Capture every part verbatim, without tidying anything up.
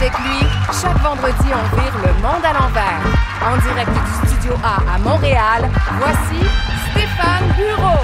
Avec lui, chaque vendredi, on vire le monde à l'envers. En direct du Studio A à Montréal, voici Stéphane Bureau.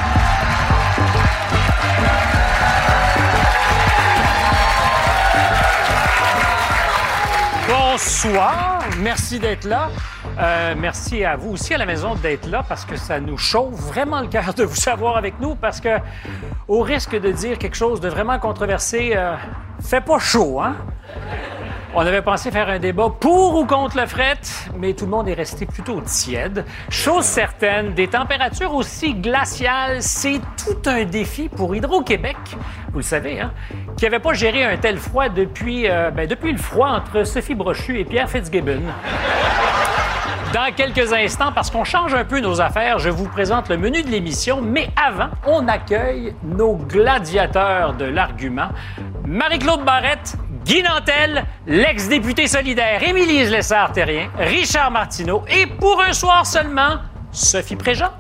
Bonsoir, merci d'être là. Euh, merci à vous aussi à la maison d'être là parce que ça nous chauffe vraiment le cœur de vous savoir avec nous parce que, au risque de dire quelque chose de vraiment controversé, euh, fait pas chaud, hein? On avait pensé faire un débat pour ou contre le fret, mais tout le monde est resté plutôt tiède. Chose certaine, des températures aussi glaciales, c'est tout un défi pour Hydro-Québec, vous le savez, hein, qui n'avait pas géré un tel froid depuis, euh, ben, depuis le froid entre Sophie Brochu et Pierre Fitzgibbon. Dans quelques instants, parce qu'on change un peu nos affaires, je vous présente le menu de l'émission, mais avant, on accueille nos gladiateurs de l'argument. Marie-Claude Barrette, Guy Nantel, l'ex-député solidaire Émilie Lessard-Terrien, Richard Martineau et pour un soir seulement, Sophie Préjean.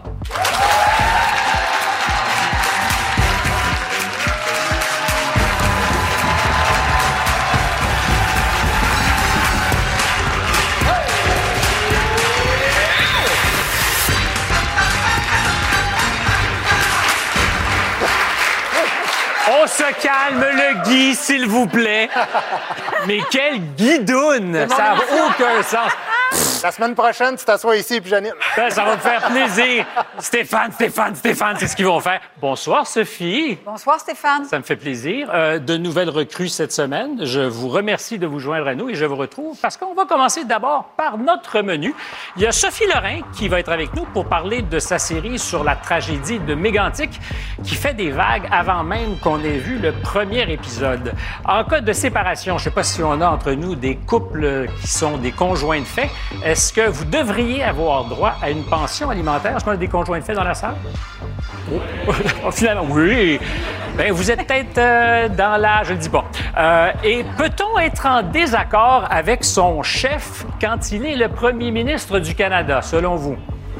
On se calme, le Guy, s'il vous plaît. Mais quel guidoune! Ça n'a aucun sens. La semaine prochaine, tu t'assois ici, puis Janine. Ça, ça va me faire plaisir. Stéphane, Stéphane, Stéphane, c'est ce qu'ils vont faire. Bonsoir, Sophie. Bonsoir, Stéphane. Ça me fait plaisir. Euh, de nouvelles recrues cette semaine. Je vous remercie de vous joindre à nous et je vous retrouve parce qu'on va commencer d'abord par notre menu. Il y a Sophie Lorrain qui va être avec nous pour parler de sa série sur la tragédie de Mégantic qui fait des vagues avant même qu'on ait vu le premier épisode. En cas de séparation, je ne sais pas si on a entre nous des couples qui sont des conjoints de fait. Est-ce que vous devriez avoir droit à une pension alimentaire? Est-ce qu'on a des conjoints de fait dans la salle? Oh, finalement, oui. Bien, vous êtes peut-être euh, dans la... Je ne le dis pas. Euh, et peut-on être en désaccord avec son chef quand il est le premier ministre du Canada, selon vous?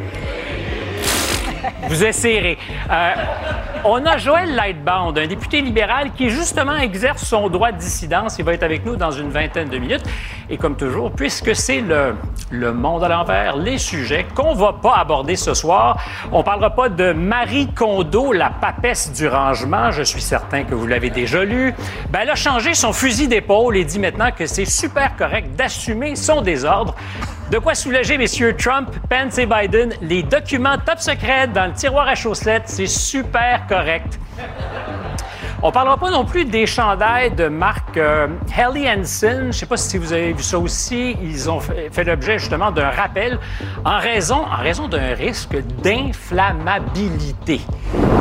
Vous essayerez. Euh, on a Joël Lightbound, un député libéral qui, justement, exerce son droit de dissidence. Il va être avec nous dans une vingtaine de minutes. Et comme toujours, puisque c'est le, le monde à l'envers, les sujets qu'on va pas aborder ce soir, on parlera pas de Marie Kondo, la papesse du rangement. Je suis certain que vous l'avez déjà lu. Ben, elle a changé son fusil d'épaule et dit maintenant que c'est super correct d'assumer son désordre. De quoi soulager messieurs Trump, Pence et Biden, les documents top secrets dans le tiroir à chaussettes, c'est super correct. On parlera pas non plus des chandails de marque euh, Helly Hansen. Je ne sais pas si vous avez vu ça aussi. Ils ont fait, fait l'objet justement d'un rappel en raison, en raison d'un risque d'inflammabilité.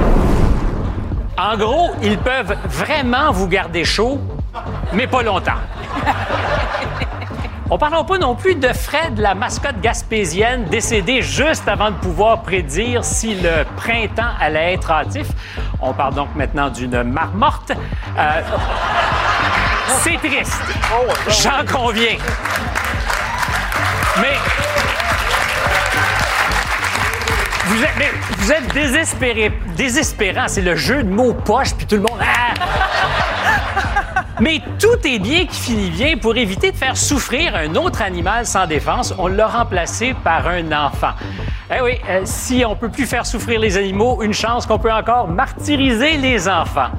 En gros, ils peuvent vraiment vous garder chaud, mais pas longtemps. On ne parlera pas non plus de Fred, la mascotte gaspésienne, décédée juste avant de pouvoir prédire si le printemps allait être hâtif. On parle donc maintenant d'une marmotte. Euh, c'est triste. J'en conviens. Mais... Vous êtes, mais vous êtes désespéré, désespérant. C'est le jeu de mots poche, puis tout le monde... Ah! Mais tout est bien qui finit bien. Pour éviter de faire souffrir un autre animal sans défense, on l'a remplacé par un enfant. Eh oui, euh, si on peut plus faire souffrir les animaux, une chance qu'on peut encore martyriser les enfants.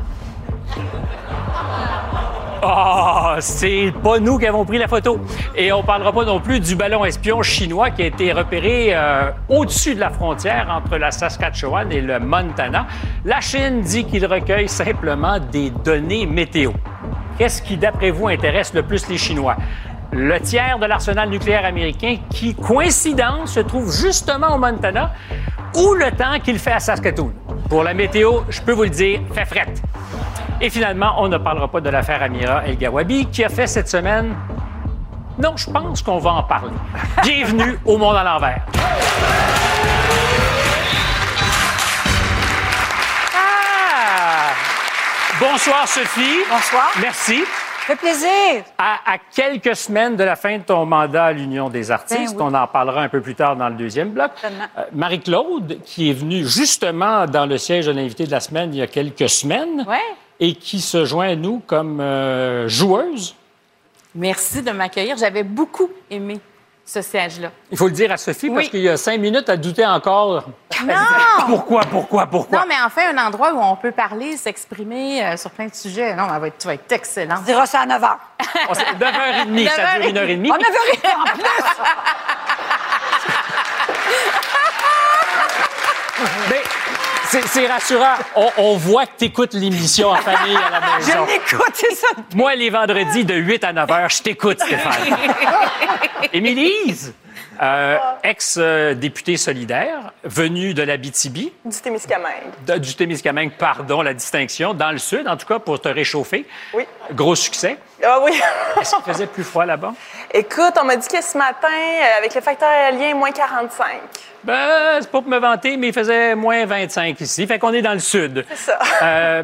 Oh, c'est pas nous qui avons pris la photo. Et on parlera pas non plus du ballon espion chinois qui a été repéré euh, au-dessus de la frontière entre la Saskatchewan et le Montana. La Chine dit qu'il recueille simplement des données météo. Qu'est-ce qui, d'après vous, intéresse le plus les Chinois? Le tiers de l'arsenal nucléaire américain qui, coïncidence, se trouve justement au Montana ou le temps qu'il fait à Saskatoon? Pour la météo, je peux vous le dire, fait frette. Et finalement, on ne parlera pas de l'affaire Amira El-Gawabi qui a fait cette semaine... Non, je pense qu'on va en parler. Bienvenue au Monde à l'envers. Ah! Bonsoir, Sophie. Bonsoir. Merci. Ça fait plaisir. À, à quelques semaines de la fin de ton mandat à l'Union des artistes, Ben oui. on en parlera un peu plus tard dans le deuxième bloc. Euh, Marie-Claude, qui est venue justement dans le siège de l'invité de la semaine il y a quelques semaines Ouais. et qui se joint à nous comme euh, joueuse. Merci de m'accueillir. J'avais beaucoup aimé ce siège-là. Il faut le dire à Sophie, Oui. parce qu'il y a cinq minutes, elle doutait encore. Non! Pourquoi, pourquoi, pourquoi? Non, mais enfin, un endroit où on peut parler, s'exprimer euh, sur plein de sujets. Non, elle va être, tu vas être excellent. On dira ça à neuf heures. Oh, c'est neuf heures trente, ça dure une heure et demie. On neuf heures trente en plus! Mais c'est, c'est rassurant. On, on voit que tu écoutes l'émission en famille à la maison. Je l'écoute, c'est ça. Moi, les vendredis de huit à neuf heures, je t'écoute, Stéphane. Émilise, euh, ex-députée solidaire, venue de l'Abitibi. Du Témiscamingue. De- du Témiscamingue, pardon, la distinction, dans le sud, en tout cas, pour te réchauffer. Oui. Gros succès. Ah oui. Est-ce qu'il faisait plus froid là-bas? Écoute, on m'a dit que ce matin, euh, avec le facteur aérien, moins quarante-cinq. Ben, c'est pas pour me vanter, mais il faisait moins vingt-cinq ici. Fait qu'on est dans le sud. C'est ça. Euh,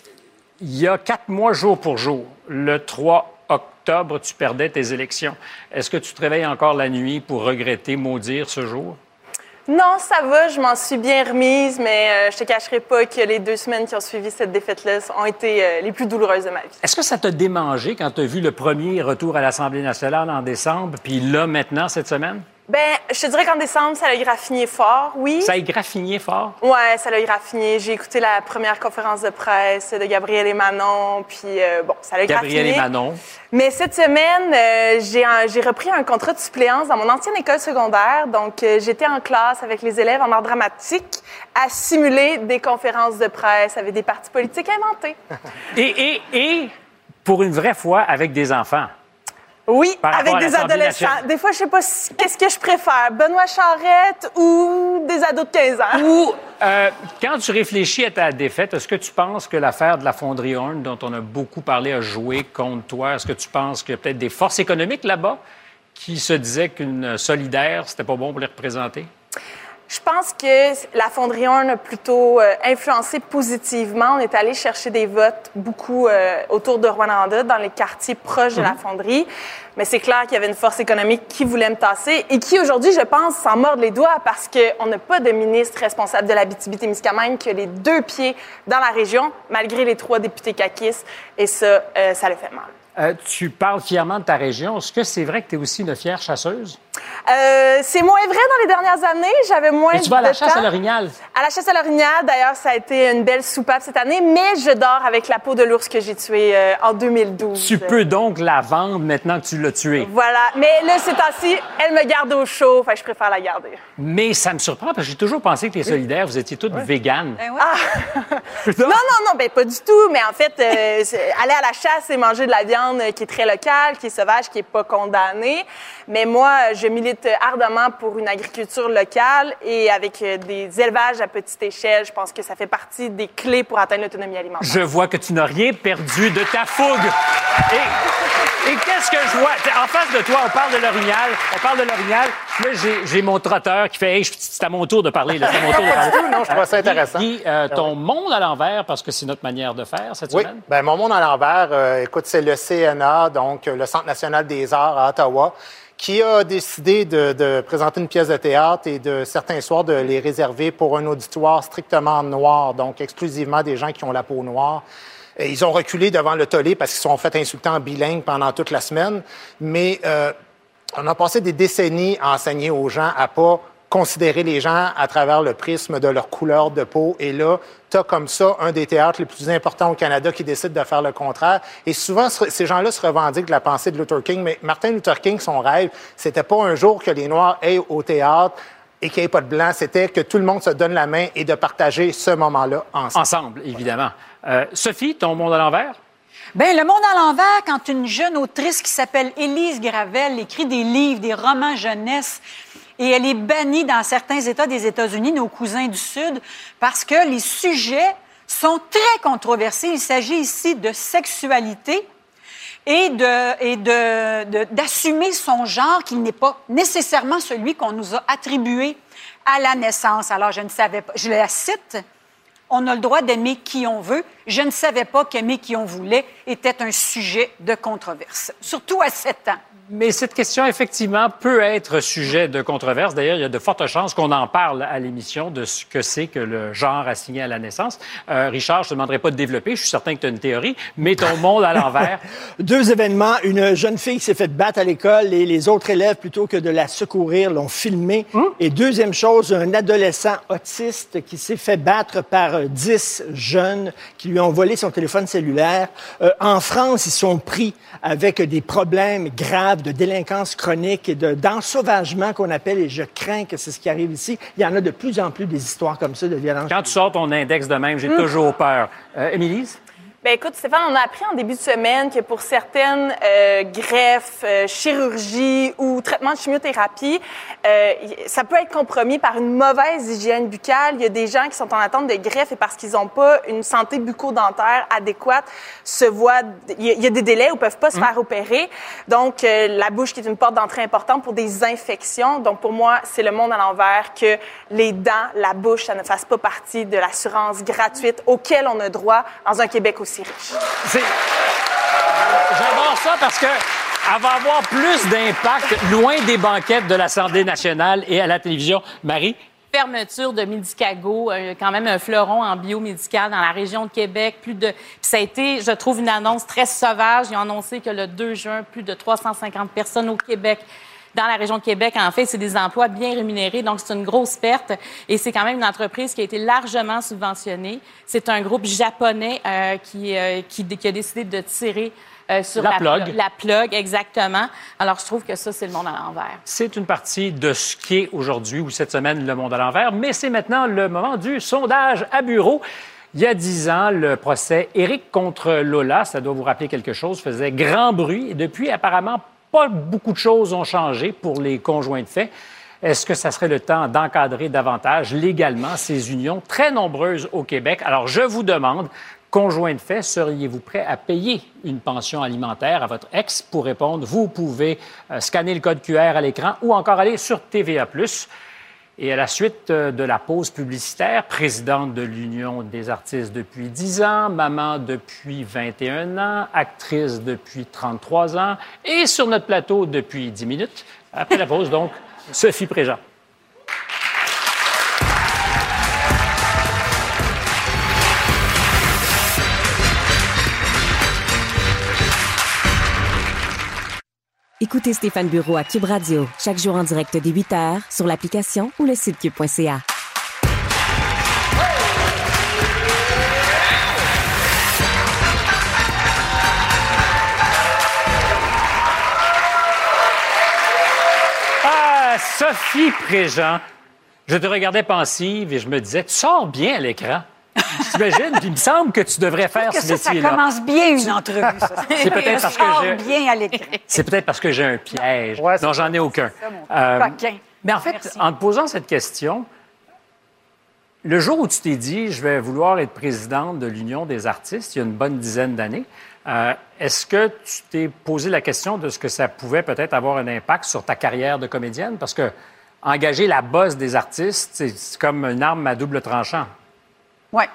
il y a quatre mois, jour pour jour, le trois octobre, tu perdais tes élections. Est-ce que tu te réveilles encore la nuit pour regretter, maudire ce jour? Non, ça va, je m'en suis bien remise, mais euh, je te cacherai pas que les deux semaines qui ont suivi cette défaite-là ont été euh, les plus douloureuses de ma vie. Est-ce que ça t'a démangé quand tu as vu le premier retour à l'Assemblée nationale en décembre, puis là, maintenant, cette semaine? Ben, je te dirais qu'en décembre, ça a graffiné fort, oui. Ça a graffiné fort? Ouais, ça l'a graffiné. J'ai écouté la première conférence de presse de Gabriel et Manon, puis euh, bon, ça l'a graffiné. Gabriel et Manon. Mais cette semaine, euh, j'ai, un- j'ai repris un contrat de suppléance dans mon ancienne école secondaire. Donc, euh, j'étais en classe avec les élèves en art dramatique à simuler des conférences de presse avec des partis politiques inventés. Et, et, et, pour une vraie fois, avec des enfants. Oui, Par rapport avec à des l'Assemblée adolescents. nationale. Des fois, je sais pas si- qu'est-ce que je préfère, Benoît Charette ou des ados de quinze ans. Ou, euh, quand tu réfléchis à ta défaite, est-ce que tu penses que l'affaire de la Fonderie Horn, dont on a beaucoup parlé, a joué contre toi? Est-ce que tu penses qu'il y a peut-être des forces économiques là-bas qui se disaient qu'une solidaire, c'était pas bon pour les représenter? Je pense que la Fonderie Horn a plutôt euh, influencé positivement. On est allé chercher des votes beaucoup euh, autour de Rwanda, dans les quartiers proches de la fonderie. Mais c'est clair qu'il y avait une force économique qui voulait me tasser et qui, aujourd'hui, je pense, s'en mord les doigts parce qu'on n'a pas de ministre responsable de l'Abitibi-Témiscamingue qui a les deux pieds dans la région, malgré les trois députés caquistes. Et ça, euh, ça le fait mal. Euh, tu parles fièrement de ta région. Est-ce que c'est vrai que tu es aussi une fière chasseuse? Euh, c'est moins vrai dans les dernières années. J'avais moins Et tu vas à de la chasse temps. à l'orignal? À la chasse à l'orignal, d'ailleurs, ça a été une belle soupape cette année, mais je dors avec la peau de l'ours que j'ai tué euh, en deux mille douze. Tu peux donc la vendre maintenant que tu l'as tuée. Voilà. Mais là, ces temps-ci, elle me garde au chaud, fait que je préfère la garder. Mais ça me surprend parce que j'ai toujours pensé que les solidaires, vous étiez toutes véganes. Ben oui. Non, non, non, ben pas du tout. Mais en fait, euh, c'est- aller à la chasse, c'est manger de la viande qui est très locale, qui est sauvage, qui est pas condamnée. Mais moi, je milite ardemment pour une agriculture locale et avec euh, des élevages à petite échelle. Je pense que ça fait partie des clés pour atteindre l'autonomie alimentaire. Je vois que tu n'as rien perdu de ta fougue. Et, et qu'est-ce que je vois? T'sais, en face de toi, on parle de l'orignal. On parle de l'orignal. Là, j'ai, j'ai mon trotteur qui fait « Hey, c'est à mon tour de parler. là, C'est à mon tour de parler. » Non, je trouve ça intéressant. Guy, euh, ton monde à l'envers, parce que c'est notre manière de faire cette Oui, semaine. bien, mon monde à l'envers, euh, écoute, c'est le C N A, donc euh, le Centre national des arts à Ottawa, qui a décidé de, de présenter une pièce de théâtre et de certains soirs de les réserver pour un auditoire strictement noir, donc exclusivement des gens qui ont la peau noire. Et ils ont reculé devant le tollé parce qu'ils se sont fait insulter en bilingue pendant toute la semaine, mais euh, on a passé des décennies à enseigner aux gens à pas considérer les gens à travers le prisme de leur couleur de peau. Et là, tu as comme ça un des théâtres les plus importants au Canada qui décide de faire le contraire. Et souvent, ces gens-là se revendiquent de la pensée de Luther King. Mais Martin Luther King, son rêve, c'était pas un jour que les Noirs aillent au théâtre et qu'il n'y ait pas de Blancs. C'était que tout le monde se donne la main et de partager ce moment-là ensemble. Ensemble, évidemment. Euh, Sophie, ton monde à l'envers? Ben, le monde à l'envers, quand une jeune autrice qui s'appelle Élise Gravel écrit des livres, des romans jeunesse, et elle est bannie dans certains États des États-Unis, nos cousins du Sud, parce que les sujets sont très controversés. Il s'agit ici de sexualité et de, et de, de, d'assumer son genre qui n'est pas nécessairement celui qu'on nous a attribué à la naissance. Alors, je ne savais pas. Je la cite. On a le droit d'aimer qui on veut. Je ne savais pas qu'aimer qui on voulait était un sujet de controverse, surtout à sept ans. Mais cette question, effectivement, peut être sujet de controverse. D'ailleurs, il y a de fortes chances qu'on en parle à l'émission de ce que c'est que le genre assigné à la naissance. Euh, Richard, je ne te demanderai pas de développer. Je suis certain que tu as une théorie. Mais ton monde à l'envers. Deux événements. Une jeune fille qui s'est fait battre à l'école et les autres élèves, plutôt que de la secourir, l'ont filmée. Hum? Et deuxième chose, un adolescent autiste qui s'est fait battre par dix jeunes qui lui ont volé son téléphone cellulaire. Euh, en France, ils sont pris avec des problèmes graves de délinquance chronique et de, d'ensauvagement qu'on appelle, et je crains que c'est ce qui arrive ici. Il y en a de plus en plus des histoires comme ça de violence. Quand tu sors ton index de même, j'ai mmh. toujours peur. Euh, Émilie? Bien, écoute, Stéphane, on a appris en début de semaine que pour certaines euh, greffes, euh, chirurgies ou traitements de chimiothérapie, euh, ça peut être compromis par une mauvaise hygiène buccale. Il y a des gens qui sont en attente de greffe et parce qu'ils n'ont pas une santé bucco-dentaire adéquate, se voient... Il y a des délais où ils ne peuvent pas se mmh. faire opérer. Donc, euh, la bouche qui est une porte d'entrée importante pour des infections. Donc, pour moi, c'est le monde à l'envers que les dents, la bouche, ça ne fasse pas partie de l'assurance gratuite auquel on a droit dans un Québec aussi riche. C'est... J'adore ça parce que elle va avoir plus d'impact loin des banquettes de l'Assemblée nationale et à la télévision. Marie? Fermeture de Medicago, euh, quand même un fleuron en biomédical dans la région de Québec. Plus de, puis ça a été, je trouve, une annonce très sauvage. Ils ont annoncé que le deux juin, plus de trois cent cinquante personnes au Québec. Dans la région de Québec, en fait, c'est des emplois bien rémunérés, donc c'est une grosse perte. Et c'est quand même une entreprise qui a été largement subventionnée. C'est un groupe japonais euh, qui, euh, qui, qui a décidé de tirer euh, sur la, la plug. La plug, exactement. Alors, je trouve que ça, c'est le monde à l'envers. C'est une partie de ce qui est aujourd'hui ou cette semaine le monde à l'envers, mais c'est maintenant le moment du sondage à bureau. Il y a dix ans, le procès Éric contre Lola, ça doit vous rappeler quelque chose, faisait grand bruit. Et depuis, apparemment, pas beaucoup de choses ont changé pour les conjoints de fait. Est-ce que ça serait le temps d'encadrer davantage légalement ces unions très nombreuses au Québec? Alors, je vous demande, conjoints de fait, seriez-vous prêt à payer une pension alimentaire à votre ex? Pour répondre, vous pouvez euh, scanner le code Q R à l'écran ou encore aller sur T V A plus. Et à la suite de la pause publicitaire, présidente de l'Union des artistes depuis dix ans, maman depuis vingt et un ans, actrice depuis trente-trois ans et sur notre plateau depuis dix minutes. Après la pause, donc, Sophie Préjean. Écoutez Stéphane Bureau à Cube Radio, chaque jour en direct dès huit heures sur l'application ou le site cube point c a. Ah, Sophie Préjean, je te regardais pensive et je me disais, tu sors bien à l'écran. T'imagines? Puis il me semble que tu devrais faire que ce ça, métier-là. Ça commence bien une entrevue, ça. C'est peut-être parce que j'ai... bien à l'écran. C'est peut-être parce que j'ai un piège. Ouais, non, j'en ai aucun. Ça, mon euh, coquin. Mais en fait, Merci. en te posant cette question, le jour où tu t'es dit, je vais vouloir être présidente de l'Union des artistes, il y a une bonne dizaine d'années, euh, est-ce que tu t'es posé la question de ce que ça pouvait peut-être avoir un impact sur ta carrière de comédienne? Parce que engager la bosse des artistes, c'est comme une arme à double tranchant. Oui.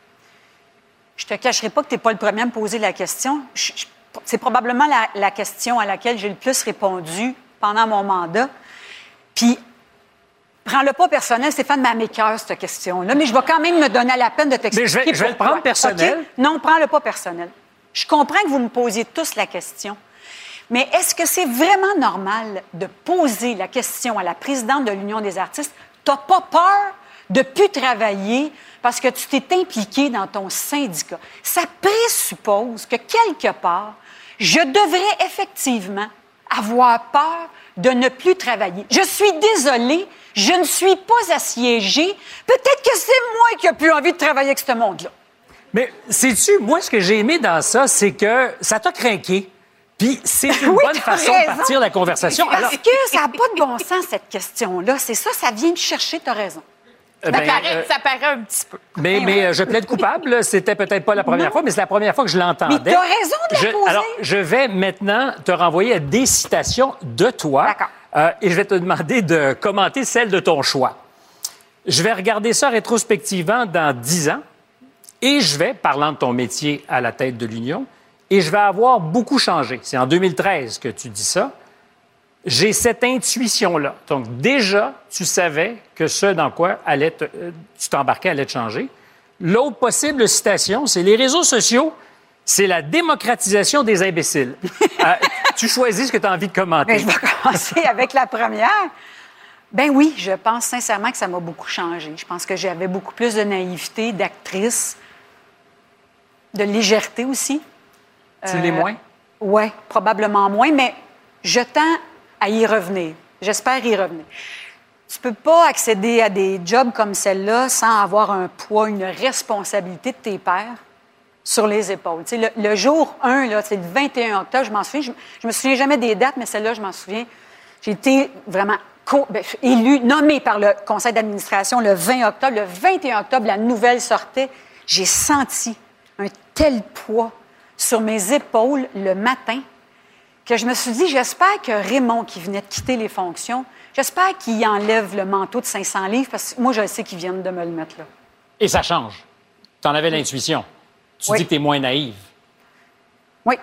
Je te cacherai pas que tu n'es pas le premier à me poser la question. Je, je, c'est probablement la, la question à laquelle j'ai le plus répondu pendant mon mandat. Puis, prends-le pas personnel, Stéphane, mais m'écoeure, cette question-là. Mais je vais quand même me donner la peine de t'expliquer. Mais je vais, je vais le prendre personnel. Okay? Non, prends-le pas personnel. Je comprends que vous me posiez tous la question. Mais est-ce que c'est vraiment normal de poser la question à la présidente de l'Union des artistes? T'as pas peur de ne plus travailler parce que tu t'es impliqué dans ton syndicat? Ça présuppose que, quelque part, je devrais effectivement avoir peur de ne plus travailler. Je suis désolée, je ne suis pas assiégée. Peut-être que c'est moi qui n'ai plus envie de travailler avec ce monde-là. Mais sais-tu, moi, ce que j'ai aimé dans ça, c'est que ça t'a craqué. Puis c'est une Oui, bonne façon raison. de partir la conversation. Parce Alors, que ça n'a pas de bon sens, cette question-là. C'est ça, ça vient me chercher, tu as raison. euh, Ça, ben, paraît, euh, ça paraît un petit peu. mais, mais euh, je plaide coupable. C'était peut-être pas la première Non. fois, mais c'est la première fois que je l'entendais. Mais tu as raison de la Je- poser. Alors, je vais maintenant te renvoyer à des citations de toi. D'accord. Euh, et je vais te demander de commenter celle de ton choix. Je vais regarder ça rétrospectivement dans dix ans. Et je vais, parlant de ton métier à la tête de l'Union, et je vais avoir beaucoup changé. C'est en deux mille treize que tu dis ça. J'ai cette intuition-là. Donc, déjà, tu savais que ce dans quoi allait te, euh, tu t'embarquais allait te changer. L'autre possible citation, c'est les réseaux sociaux, c'est la démocratisation des imbéciles. euh, tu choisis ce que tu as envie de commenter. Bien, je vais commencer avec la première. Ben oui, je pense sincèrement que ça m'a beaucoup changé. Je pense que j'avais beaucoup plus de naïveté, d'actrice, de légèreté aussi. Tu l'es moins? Oui, probablement moins, mais je tends à y revenir. J'espère y revenir. Tu peux pas accéder à des jobs comme celle-là sans avoir un poids, une responsabilité de tes pairs sur les épaules. Tu sais, le, le jour un, là, c'est le vingt et un octobre, je m'en souviens, je, je me souviens jamais des dates, mais celle-là, je m'en souviens. J'ai été vraiment co- ben, élue, nommée par le conseil d'administration le vingt octobre. Le vingt et un octobre, la nouvelle sortait. J'ai senti un tel poids sur mes épaules le matin que je me suis dit, j'espère que Raymond, qui venait de quitter les fonctions, j'espère qu'il enlève le manteau de cinq cents livres, parce que moi, je sais qu'ils viennent de me le mettre là. Et ça change. Tu en avais l'intuition. Tu Oui. dis que tu es moins naïve. Oui.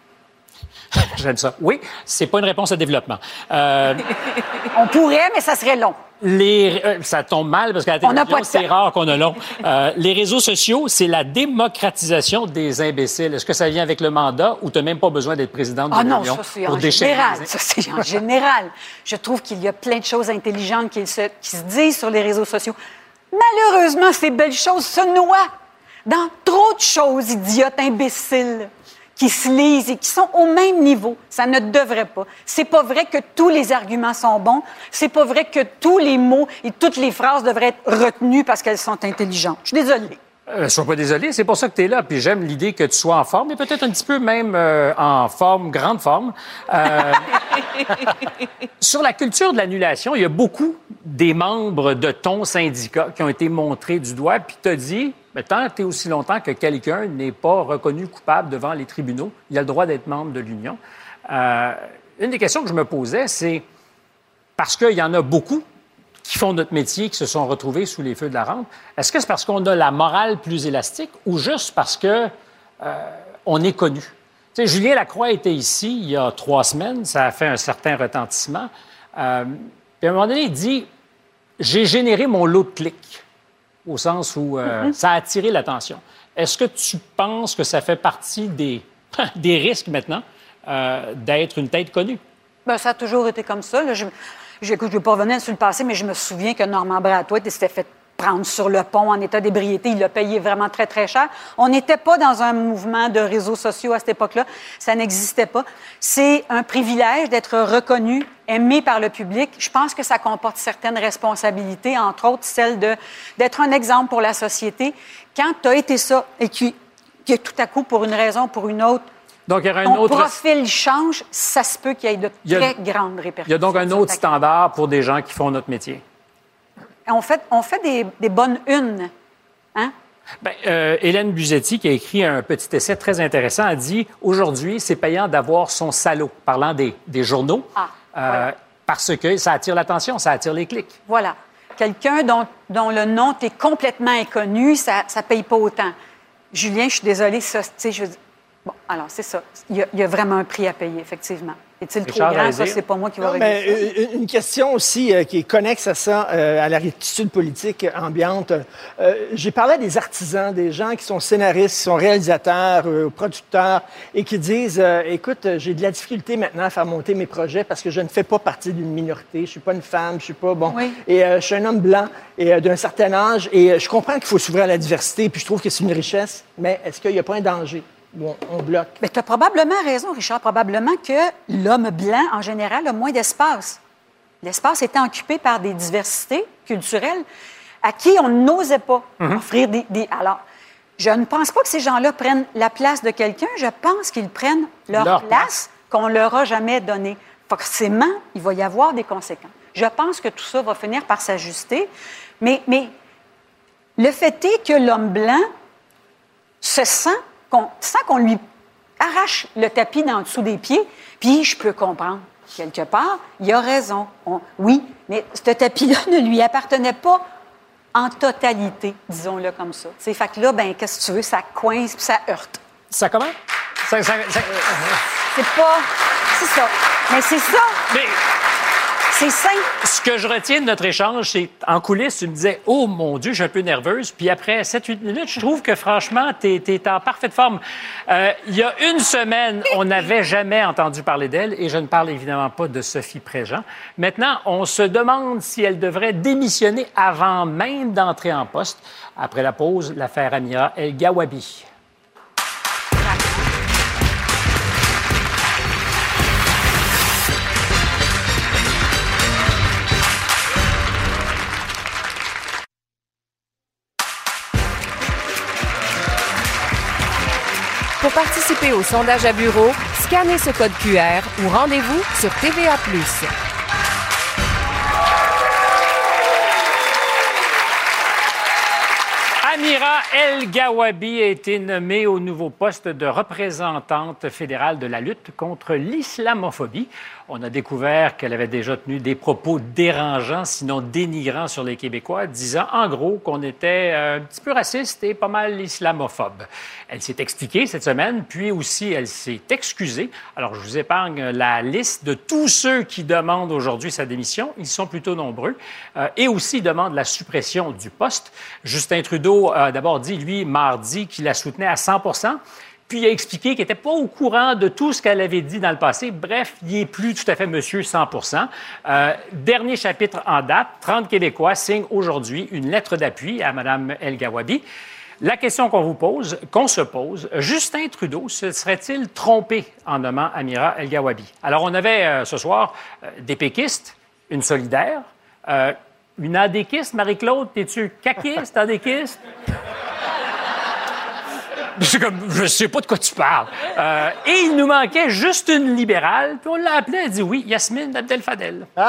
J'aime ça. Oui, c'est pas une réponse à développement. Euh, On pourrait, mais ça serait long. les, euh, ça tombe mal parce qu'à la On n'a télévision, pas de c'est temps. rare qu'on a long. Euh, les réseaux sociaux, c'est la démocratisation des imbéciles. Est-ce que ça vient avec le mandat ou tu n'as même pas besoin d'être présidente de Ah non, l'Union ça, c'est pour en déchirer général. les- Ça, c'est en général. Je trouve qu'il y a plein de choses intelligentes qui se, qui se disent sur les réseaux sociaux. Malheureusement, ces belles choses se noient dans trop de choses idiotes, imbéciles, qui se lisent et qui sont au même niveau. Ça ne devrait pas. C'est pas vrai que tous les arguments sont bons. C'est pas vrai que tous les mots et toutes les phrases devraient être retenues parce qu'elles sont intelligentes. Je suis désolée. Euh, je suis pas désolé, c'est pour ça que tu es là. Puis j'aime l'idée que tu sois en forme, et peut-être un petit peu même euh, en forme, grande forme. Euh, sur la culture de l'annulation, il y a beaucoup des membres de ton syndicat qui ont été montrés du doigt, puis tu as dit, mais tant que aussi longtemps que quelqu'un n'est pas reconnu coupable devant les tribunaux, il a le droit d'être membre de l'Union. Euh, une des questions que je me posais, c'est parce qu'il y en a beaucoup qui font notre métier, qui se sont retrouvés sous les feux de la rampe. Est-ce que c'est parce qu'on a la morale plus élastique ou juste parce que euh, on est connu? Tu sais, Julien Lacroix était ici il y a trois semaines, ça a fait un certain retentissement. Euh, puis à un moment donné, il dit « J'ai généré mon lot de clics », au sens où euh, mm-hmm. ça a attiré l'attention. Est-ce que tu penses que ça fait partie des, des risques maintenant euh, d'être une tête connue? Bien, ça a toujours été comme ça. Là. Je... J'écoute, je ne vais pas revenir sur le passé, mais je me souviens que Normand Bratoit s'était fait prendre sur le pont en état d'ébriété. Il l'a payé vraiment très, très cher. On n'était pas dans un mouvement de réseaux sociaux à cette époque-là. Ça n'existait pas. C'est un privilège d'être reconnu, aimé par le public. Je pense que ça comporte certaines responsabilités, entre autres celle de, d'être un exemple pour la société. Quand tu as été ça et que, que tout à coup, pour une raison ou pour une autre, donc, il y aura un ton autre... profil change, ça se peut qu'il y ait de il y a... très grandes répercussions. Il y a donc un autre standard pour des gens qui font notre métier. On fait, on fait des, des bonnes unes. Hein? Bien, euh, Hélène Buzetti, qui a écrit un petit essai très intéressant, a dit « Aujourd'hui, c'est payant d'avoir son salaud », parlant des, des journaux, ah, euh, voilà. parce que ça attire l'attention, ça attire les clics. Voilà. Quelqu'un dont, dont le nom t'est complètement inconnu, ça ne paye pas autant. Julien, je suis désolée, ça, tu sais, je veux dire... Bon, alors, c'est ça. Il y, a, il y a vraiment un prix à payer, effectivement. Est-il trop Richard, grand? Ça, c'est pas moi qui va Non, régler mais, ça. Une question aussi euh, qui est connexe à ça, euh, à la rectitude politique ambiante. Euh, j'ai parlé à des artisans, des gens qui sont scénaristes, qui sont réalisateurs, euh, producteurs, et qui disent euh, écoute, j'ai de la difficulté maintenant à faire monter mes projets parce que je ne fais pas partie d'une minorité. Je suis pas une femme, je suis pas bon. Oui. Et euh, je suis un homme blanc et euh, d'un certain âge. Et euh, je comprends qu'il faut s'ouvrir à la diversité, puis je trouve que c'est une richesse. Mais est-ce qu'il n'y a pas un danger? Bon, on bloque. Mais tu as probablement raison, Richard, probablement que l'homme blanc, en général, a moins d'espace. L'espace était occupé par des diversités culturelles à qui on n'osait pas mm-hmm. offrir des, des... Alors, je ne pense pas que ces gens-là prennent la place de quelqu'un. Je pense qu'ils prennent leur, leur place, place qu'on ne leur a jamais donnée. Forcément, il va y avoir des conséquences. Je pense que tout ça va finir par s'ajuster. Mais, mais le fait est que l'homme blanc se sent... Qu'on, sans qu'on lui arrache le tapis d'en dessous des pieds, puis je peux comprendre. Quelque part, il a raison. On, oui, mais ce tapis-là ne lui appartenait pas en totalité, disons-le comme ça. T'sais, fait que là, ben, qu'est-ce que tu veux, ça coince puis ça heurte. Ça comment? Ça, ça, ça... C'est pas... C'est ça. Mais c'est ça. Mais... C'est simple. Ce que je retiens de notre échange, c'est en coulisses, tu me disais « Oh mon Dieu, je suis un peu nerveuse. » Puis après sept huit minutes, je trouve que franchement, tu es en parfaite forme. Euh, il y a une semaine, on n'avait jamais entendu parler d'elle et je ne parle évidemment pas de Sophie Préjean. Maintenant, on se demande si elle devrait démissionner avant même d'entrer en poste. Après la pause, l'affaire Amira El-Gawabi. Pour participer au sondage à bureau, scannez ce code Q R ou rendez-vous sur T V A plus. Amira El-Gawabi a été nommée au nouveau poste de représentante fédérale de la lutte contre l'islamophobie. On a découvert qu'elle avait déjà tenu des propos dérangeants, sinon dénigrants sur les Québécois, disant en gros qu'on était un petit peu raciste et pas mal islamophobe. Elle s'est expliquée cette semaine, puis aussi elle s'est excusée. Alors, je vous épargne la liste de tous ceux qui demandent aujourd'hui sa démission. Ils sont plutôt nombreux. Euh, et aussi demandent la suppression du poste. Justin Trudeau a d'abord dit, lui, mardi, qu'il la soutenait à cent pour cent. Puis il a expliqué qu'il n'était pas au courant de tout ce qu'elle avait dit dans le passé. Bref, il n'est plus tout à fait monsieur cent pour cent. Euh, dernier chapitre en date, trente Québécois signent aujourd'hui une lettre d'appui à Mme El-Gawabi. La question qu'on vous pose, qu'on se pose, Justin Trudeau se serait-il trompé en nommant Amira El-Gawabi? Alors, on avait euh, ce soir euh, des péquistes, une solidaire, euh, une adéquiste. Marie-Claude, es-tu caquiste, adéquiste? C'est comme, je sais pas de quoi tu parles. Euh, et il nous manquait juste une libérale, puis on l'a appelée, elle a dit oui, Yasmine Abdel-Fadel. Ah!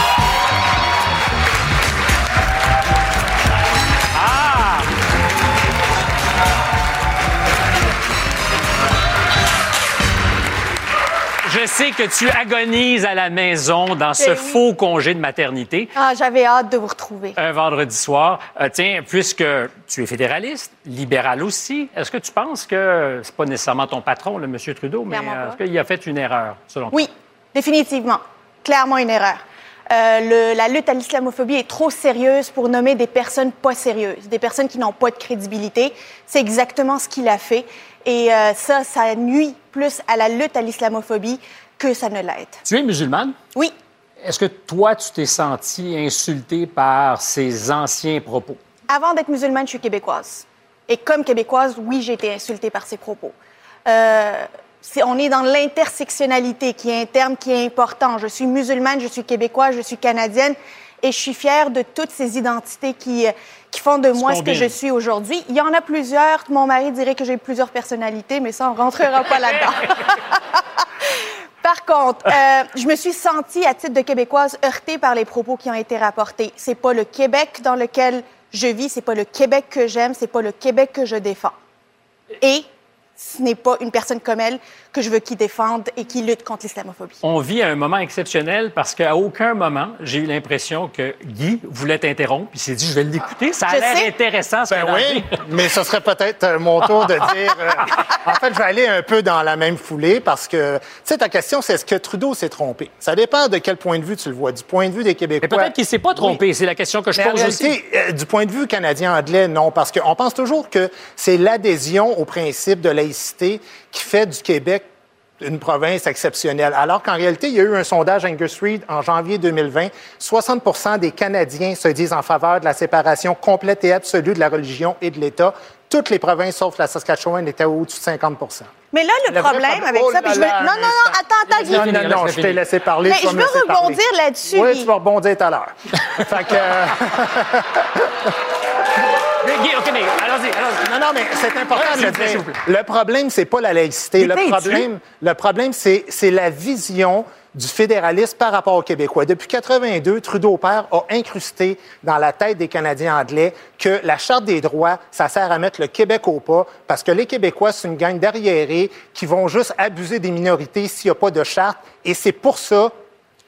Ah! Je sais que tu agonises à la maison dans ce oui. faux congé de maternité. Ah, j'avais hâte de vous retrouver. Un vendredi soir. Euh, tiens, puisque tu es fédéraliste, libéral aussi, est-ce que tu penses que c'est pas nécessairement ton patron, le M. Trudeau, mais euh, est-ce qu'il a fait une erreur, selon toi? Oui, définitivement. Clairement une erreur. Euh, le, la lutte à l'islamophobie est trop sérieuse pour nommer des personnes pas sérieuses, des personnes qui n'ont pas de crédibilité. C'est exactement ce qu'il a fait. Et euh, ça, ça nuit plus à la lutte à l'islamophobie que ça ne l'aide. Tu es musulmane? Oui. Est-ce que toi, tu t'es sentie insultée par ces anciens propos? Avant d'être musulmane, je suis québécoise. Et comme québécoise, oui, j'ai été insultée par ces propos. Euh, c'est, on est dans l'intersectionnalité, qui est un terme qui est important. Je suis musulmane, je suis québécoise, je suis canadienne, et je suis fière de toutes ces identités qui, qui font de moi ce que je suis aujourd'hui. Il y en a plusieurs. Mon mari dirait que j'ai plusieurs personnalités, mais ça, on ne rentrera pas là-dedans. Par contre, euh, je me suis sentie, à titre de Québécoise, heurtée par les propos qui ont été rapportés. C'est pas le Québec dans lequel je vis, c'est pas le Québec que j'aime, c'est pas le Québec que je défends. Et ce n'est pas une personne comme elle que je veux qui défende et qui lutte contre l'islamophobie. On vit un moment exceptionnel parce qu'à aucun moment, j'ai eu l'impression que Guy voulait t'interrompre. Il s'est dit, je vais l'écouter. Ça a Je l'air sais. intéressant, ce Ben qu'elle a oui, dit. mais ce serait peut-être mon tour de dire... euh, en fait, je vais aller un peu dans la même foulée parce que, tu sais, ta question, c'est est-ce que Trudeau s'est trompé? Ça dépend de quel point de vue tu le vois. Du point de vue des Québécois... Mais peut-être qu'il ne s'est pas trompé. Oui. C'est la question que je Mais en pose réalité, aussi. euh, du point de vue canadien-anglais, non, parce qu'on pense toujours que c'est l'adhésion au principe de laïcité qui fait du Québec une province exceptionnelle. Alors qu'en réalité, il y a eu un sondage Angus Reid en janvier deux mille vingt. soixante pour cent des Canadiens se disent en faveur de la séparation complète et absolue de la religion et de l'État. Toutes les provinces, sauf la Saskatchewan, étaient au-dessus de cinquante pour cent. Mais là, le, Le vrai problème problème- avec Oh ça... là puis je veux... là, Non, non, non, un attends, attends, Guy. Non, finir, non, non, laisse-le je t'ai finir. laissé parler. Mais tu vas je me veux laisser parler. rebondir là-dessus, Oui, Guy. tu vas rebondir tout à l'heure. Fait que... euh, Mais, Guy, OK, mais allons-y, allons-y. Non, non, mais c'est important Ouais, de s'il le vous plaît, s'il vous dire. plaît. Le problème, c'est pas la laïcité. Le T'es problème, le problème, c'est, c'est la vision du fédéralisme par rapport aux Québécois. Depuis quatre-vingt-deux, Trudeau père a incrusté dans la tête des Canadiens anglais que la Charte des droits, ça sert à mettre le Québec au pas parce que les Québécois, c'est une gang d'arriérés qui vont juste abuser des minorités s'il n'y a pas de charte. Et c'est pour ça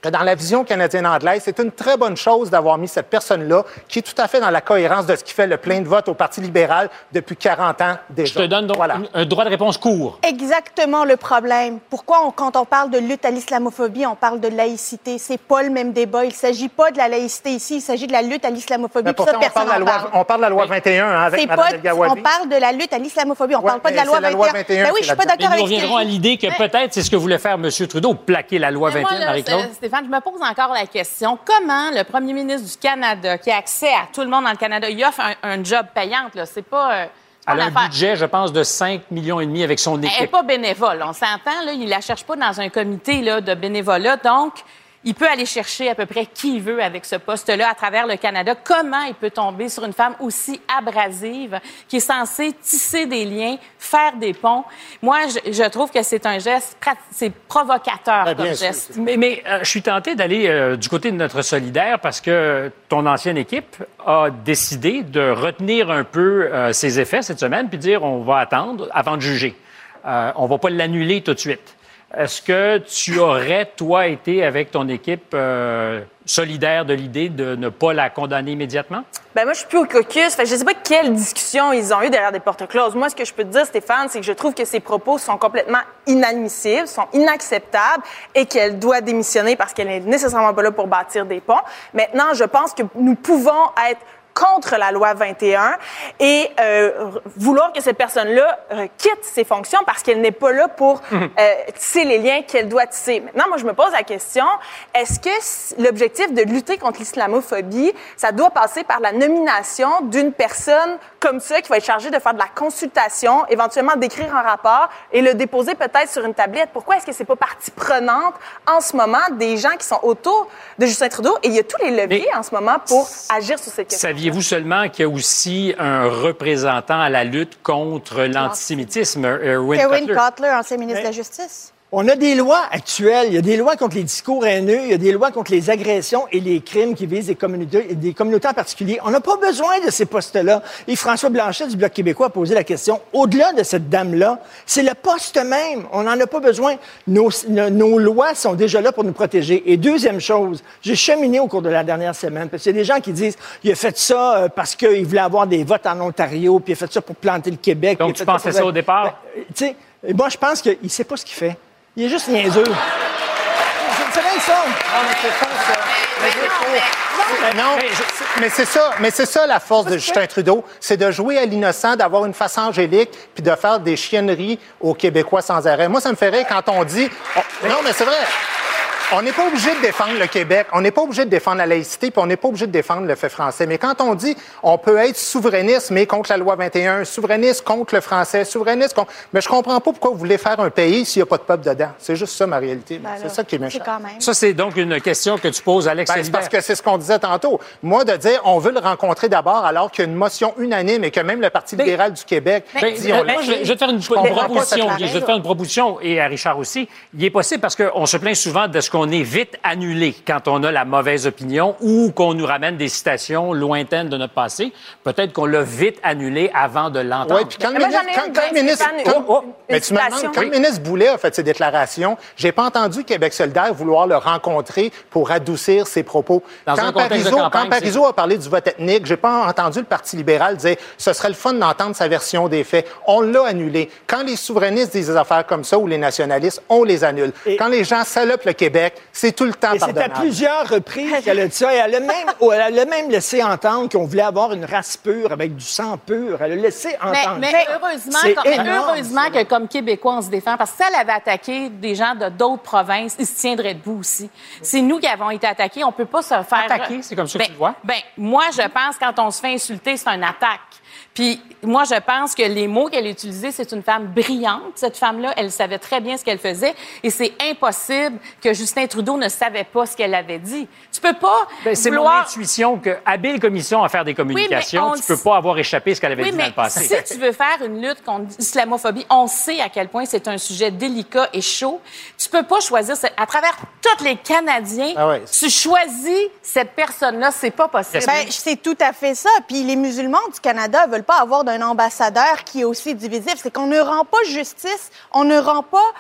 que dans la vision canadienne-anglaise, c'est une très bonne chose d'avoir mis cette personne-là, qui est tout à fait dans la cohérence de ce qui fait le plein de vote au Parti libéral depuis quarante ans déjà. Je te donne donc voilà. un droit de réponse court. Exactement le problème. Pourquoi, on, quand on parle de lutte à l'islamophobie, on parle de laïcité? C'est pas le même débat. Il s'agit pas de la laïcité ici, il s'agit de la lutte à l'islamophobie. Pourtant, ça, on, personne parle en loi, parle. on parle de la loi vingt et un hein, avec Mme El Gawabi. On parle de la lutte à l'islamophobie, on ouais, parle pas de la loi, la loi vingt et un. Ben oui, je suis pas d'accord avec ça. Nous reviendrons à l'idée que peut-être c'est ce que voulait faire M. Trudeau, plaquer la loi Mais vingt et un, moi, là, Marie-Claude. Stéphane, je me pose encore la question. Comment le premier ministre du Canada, qui a accès à tout le monde dans le Canada, il offre un, un job payant, là? C'est pas... Euh, Elle a un budget, je pense, de cinq millions et demi avec son équipe. Elle n'est pas bénévole. On s'entend, là, il la cherche pas dans un comité là, de bénévolat. Donc, il peut aller chercher à peu près qui il veut avec ce poste-là à travers le Canada. Comment il peut tomber sur une femme aussi abrasive qui est censée tisser des liens, faire des ponts? Moi, je, je trouve que c'est un geste, c'est provocateur bien comme sûr, geste. Mais, mais euh, je suis tenté d'aller euh, du côté de notre solidaire parce que ton ancienne équipe a décidé de retenir un peu euh, ses effets cette semaine puis dire on va attendre avant de juger. Euh, on va pas l'annuler tout de suite. Est-ce que tu aurais, toi, été avec ton équipe euh, solidaire de l'idée de ne pas la condamner immédiatement? Ben moi, je suis plus au caucus. Fait que je sais pas quelle discussion ils ont eu derrière des portes closes. Moi, ce que je peux te dire, Stéphane, c'est que je trouve que ces propos sont complètement inadmissibles, sont inacceptables et qu'elle doit démissionner parce qu'elle n'est nécessairement pas là pour bâtir des ponts. Maintenant, je pense que nous pouvons être contre la loi vingt et un et euh, vouloir que cette personne-là euh, quitte ses fonctions parce qu'elle n'est pas là pour euh, tisser les liens qu'elle doit tisser. Maintenant, moi, je me pose la question, est-ce que l'objectif de lutter contre l'islamophobie, ça doit passer par la nomination d'une personne comme ça qui va être chargée de faire de la consultation, éventuellement d'écrire un rapport et le déposer peut-être sur une tablette? Pourquoi est-ce que c'est pas partie prenante en ce moment des gens qui sont autour de Justin Trudeau? Et il y a tous les leviers Mais en ce moment pour agir sur cette question. Saviez-vous seulement qu'il y a aussi un représentant à la lutte contre l'antisémitisme, Erwin Erwin Cutler? Cutler, ancien ministre de la Justice. On a des lois actuelles. Il y a des lois contre les discours haineux, il y a des lois contre les agressions et les crimes qui visent des communautés, des communautés en particulier. On n'a pas besoin de ces postes-là. Et François Blanchet du Bloc québécois a posé la question, au-delà de cette dame-là, c'est le poste même. On n'en a pas besoin. Nos, nos, nos lois sont déjà là pour nous protéger. Et deuxième chose, j'ai cheminé au cours de la dernière semaine, parce qu'il y a des gens qui disent, il a fait ça parce qu'il voulait avoir des votes en Ontario, puis il a fait ça pour planter le Québec. Donc, tu pensais ça, ça au départ? Ben, tu sais, moi, je pense qu'il ne sait pas ce qu'il fait. Il est juste niaiseux. C'est bien ça. Non, mais c'est ça, ça. Mais mais non, mais c'est ça, mais c'est ça la force de Justin Trudeau, c'est de jouer à l'innocent, d'avoir une face angélique, puis de faire des chienneries aux Québécois sans arrêt. Moi, ça me fait rire quand on dit... On... Non, mais c'est vrai. On n'est pas obligé de défendre le Québec, on n'est pas obligé de défendre la laïcité, puis on n'est pas obligé de défendre le fait français. Mais quand on dit on peut être souverainiste, mais contre la loi vingt et un, souverainiste contre le français, souverainiste contre... Mais je comprends pas pourquoi vous voulez faire un pays s'il n'y a pas de peuple dedans. C'est juste ça, ma réalité. Ben c'est là, ça qui est méchant. Quand même. Ça, c'est donc une question que tu poses à Alex ben, c'est parce que c'est ce qu'on disait tantôt. Moi, de dire on veut le rencontrer d'abord alors qu'il y a une motion unanime et que même le Parti ben, libéral du Québec ben, dit... On moi, je, je vais te faire une, une proposition. Je vais te faire une proposition, et à Richard aussi. Il est possible, parce qu'on se plaint souvent de ce qu'on est vite annulé quand on a la mauvaise opinion ou qu'on nous ramène des citations lointaines de notre passé. Peut-être qu'on l'a vite annulé avant de l'entendre. Oui, puis quand, le ministre, quand, quand le ministre... Quand, oh, oh, mais tu me demandes, quand oui. le ministre Boulet a fait ses déclarations, j'ai pas entendu Québec solidaire vouloir le rencontrer pour adoucir ses propos. Dans quand un contexte Parizeau, de campagne, quand Parizeau a parlé du vote ethnique, j'ai pas entendu le Parti libéral dire ce serait le fun d'entendre sa version des faits. On l'a annulé. Quand les souverainistes disent des affaires comme ça ou les nationalistes, on les annule. Et quand les gens salopent le Québec, c'est tout le temps et pardonnable. C'est à plusieurs reprises qu'elle a dit ça. Et elle a même, elle a même laissé entendre qu'on voulait avoir une race pure avec du sang pur. Elle a laissé entendre. Mais, mais heureusement, comme, mais heureusement que comme Québécois, on se défend. Parce que si elle avait attaqué des gens de d'autres provinces, ils se tiendraient debout aussi. C'est nous qui avons été attaqués. On peut pas se faire... Attaquer, c'est comme ça ben, que tu le vois? Ben, moi, je pense quand on se fait insulter, c'est une attaque. Puis moi, je pense que les mots qu'elle a utilisés, c'est une femme brillante. Cette femme-là, elle savait très bien ce qu'elle faisait. Et c'est impossible que Justin Trudeau ne savait pas ce qu'elle avait dit. Tu peux pas ben, c'est vouloir... mon intuition que, habile commission à faire des communications, oui, tu peux pas avoir échappé ce qu'elle avait oui, dit mais dans le passé. Si tu veux faire une lutte contre l'islamophobie, on sait à quel point c'est un sujet délicat et chaud. Tu peux pas choisir... À travers tous les Canadiens, ah ouais. tu choisis cette personne-là. C'est pas possible. Ben, c'est tout à fait ça. Puis les musulmans du Canada veulent pas avoir d'un ambassadeur qui est aussi divisif. C'est qu'on ne rend pas justice, on ne rend pas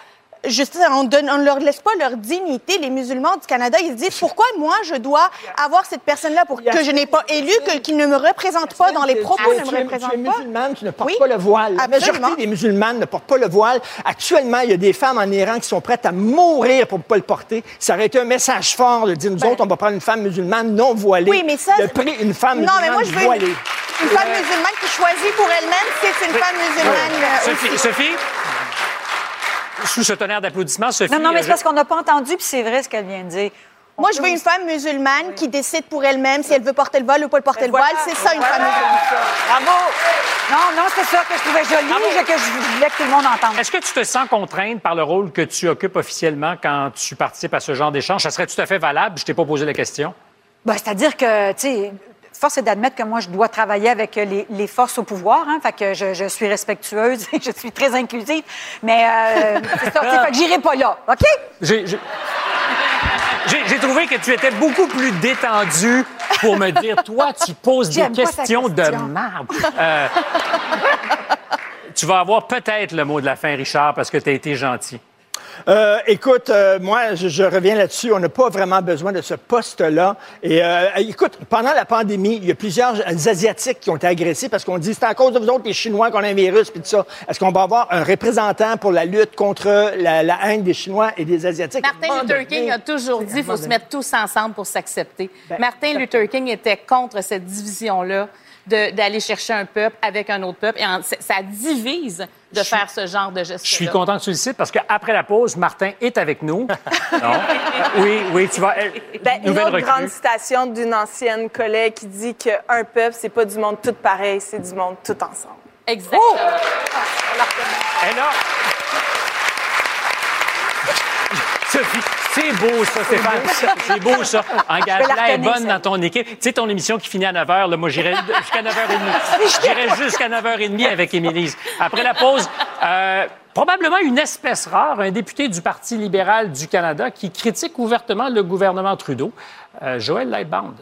juste, on ne leur laisse pas leur dignité. Les musulmans du Canada, ils se disent, pourquoi moi, je dois avoir cette personne-là pour que je n'ai pas élu, que, qu'il ne me représente pas dans les propos, ne me représente pas? Tu es musulmane, tu ne portes Oui, pas le voile. La absolument. majorité des musulmanes ne portent pas le voile. Actuellement, il y a des femmes en Iran qui sont prêtes à mourir pour ne pas le porter. Ça aurait été un message fort de dire, nous Ben, autres, on va prendre une femme musulmane non voilée. Oui, mais ça, de prix une femme non, musulmane mais moi, je veux une, voilée. une femme musulmane qui choisit pour elle-même, c'est une femme musulmane euh, Sophie, aussi. Sophie? Sous ce tonnerre d'applaudissements, Sophie... Non, non, mais euh, c'est parce qu'on n'a pas entendu, puis c'est vrai ce qu'elle vient de dire. On Moi, peut je veux une aussi- femme musulmane qui décide pour elle-même si elle veut porter le voile ou pas le porter le voile. C'est ça, une femme musulmane. Bravo! Non, non, c'est ça que je trouvais joli, que je voulais que tout le monde entende. Est-ce que tu te sens contrainte par le rôle que tu occupes officiellement quand tu participes à ce genre d'échange? Ça serait tout à fait valable. Je t'ai pas posé la question. Ben, c'est-à-dire que, tu sais, force est d'admettre que moi, je dois travailler avec les, les forces au pouvoir. Hein, fait que je, je suis respectueuse et je suis très inclusive. Mais euh, c'est ça, tu sais, fait que j'irai pas là, OK? J'ai, j'ai... J'ai, j'ai trouvé que tu étais beaucoup plus détendu pour me dire, toi, tu poses des J'aime pas ta questions de question. marde. Euh, tu vas avoir peut-être le mot de la fin, Richard, parce que tu as été gentil. Euh, écoute, euh, moi, je, je reviens là-dessus. On n'a pas vraiment besoin de ce poste-là. Et euh, écoute, pendant la pandémie, il y a plusieurs Asiatiques qui ont été agressés parce qu'on dit c'est à cause de vous autres, les Chinois, qu'on a un virus puis tout ça. Est-ce qu'on va avoir un représentant pour la lutte contre la, la haine des Chinois et des Asiatiques? Martin Luther King a toujours dit qu'il faut se mettre tous ensemble pour s'accepter. Martin Luther King était contre cette division-là de, d'aller chercher un peuple avec un autre peuple. Et en, ça divise de Je faire ce genre de geste-là. Je suis content que tu le cites parce qu'après la pause, Martin est avec nous. Non? Oui, oui, tu vas... Ben, une nouvelle autre recrue. grande citation d'une ancienne collègue qui dit qu'un peuple, c'est pas du monde tout pareil, c'est du monde tout ensemble. Exactement. Et là... Sophie, c'est beau, ça, Stéphane. C'est beau, ça. Engage-la est bonne dans ton équipe. Tu sais, ton émission qui finit à neuf heures, là, moi, j'irai jusqu'à neuf heures trente. J'irai jusqu'à neuf heures trente avec Émilise. Après la pause, euh, probablement une espèce rare, un député du Parti libéral du Canada qui critique ouvertement le gouvernement Trudeau, euh, Joël Lightbound.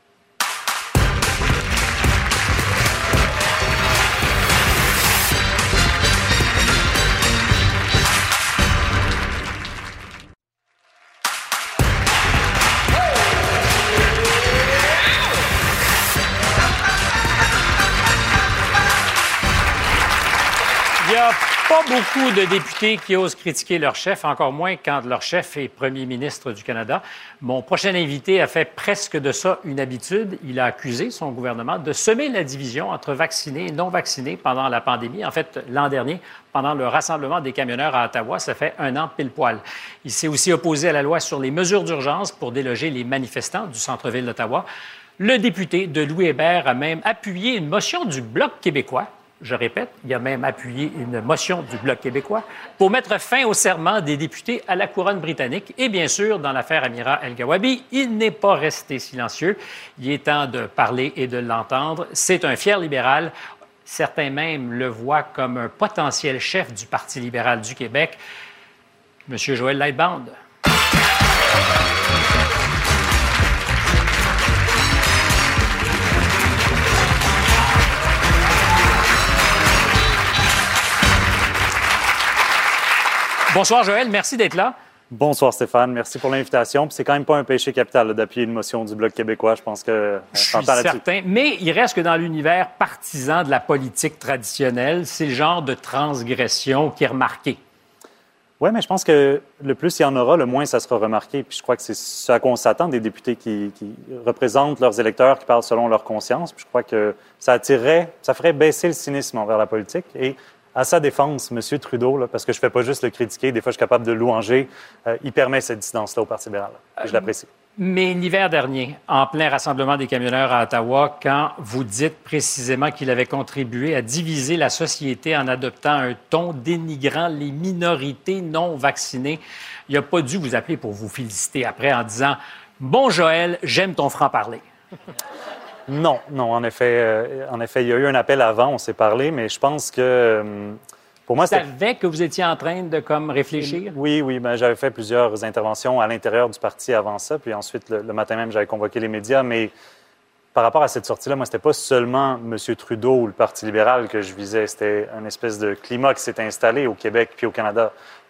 Il n'y a pas beaucoup de députés qui osent critiquer leur chef, encore moins quand leur chef est premier ministre du Canada. Mon prochain invité a fait presque de ça une habitude. Il a accusé son gouvernement de semer la division entre vaccinés et non vaccinés pendant la pandémie. En fait, l'an dernier, pendant le rassemblement des camionneurs à Ottawa, ça fait un an pile poil. Il s'est aussi opposé à la loi sur les mesures d'urgence pour déloger les manifestants du centre-ville d'Ottawa. Le député de Louis Hébert a même appuyé une motion du Bloc québécois. Je répète, il a même appuyé une motion du Bloc québécois pour mettre fin au serment des députés à la couronne britannique. Et bien sûr, dans l'affaire Amira El-Gawabi, il n'est pas resté silencieux. Il est temps de parler et de l'entendre. C'est un fier libéral. Certains même le voient comme un potentiel chef du Parti libéral du Québec. Monsieur Joël Lightbound. Bonsoir, Joël. Merci d'être là. Bonsoir, Stéphane. Merci pour l'invitation. Puis c'est quand même pas un péché capital là, d'appuyer une motion du Bloc québécois. Je pense que Je suis là-dessus. certain. Mais il reste que dans l'univers partisan de la politique traditionnelle, c'est le genre de transgression qui est remarqué. Oui, mais je pense que le plus il y en aura, le moins ça sera remarqué. Puis je crois que c'est ce à quoi on s'attend des députés qui, qui représentent leurs électeurs, qui parlent selon leur conscience. Puis je crois que ça attirerait, ça ferait baisser le cynisme envers la politique. Et à sa défense, M. Trudeau, là, parce que je ne fais pas juste le critiquer, des fois je suis capable de louanger, euh, il permet cette dissidence-là au Parti libéral. Et je l'apprécie. Mais l'hiver dernier, en plein rassemblement des camionneurs à Ottawa, quand vous dites précisément qu'il avait contribué à diviser la société en adoptant un ton dénigrant les minorités non vaccinées, il n'a pas dû vous appeler pour vous féliciter après en disant « Bon, Joël, j'aime ton franc-parler ». Non, non, en effet, euh, en effet, il y a eu un appel avant, on s'est parlé, mais je pense que euh, pour moi, Vous savez que vous étiez en train de comme réfléchir? Oui, oui, ben, j'avais fait plusieurs interventions à l'intérieur du parti avant ça, puis ensuite, le, le matin même, j'avais convoqué les médias, mais par rapport à cette sortie-là, moi, c'était pas seulement M. Trudeau ou le Parti libéral que je visais, c'était une espèce de climat qui s'est installé au Québec puis au Canada. Puis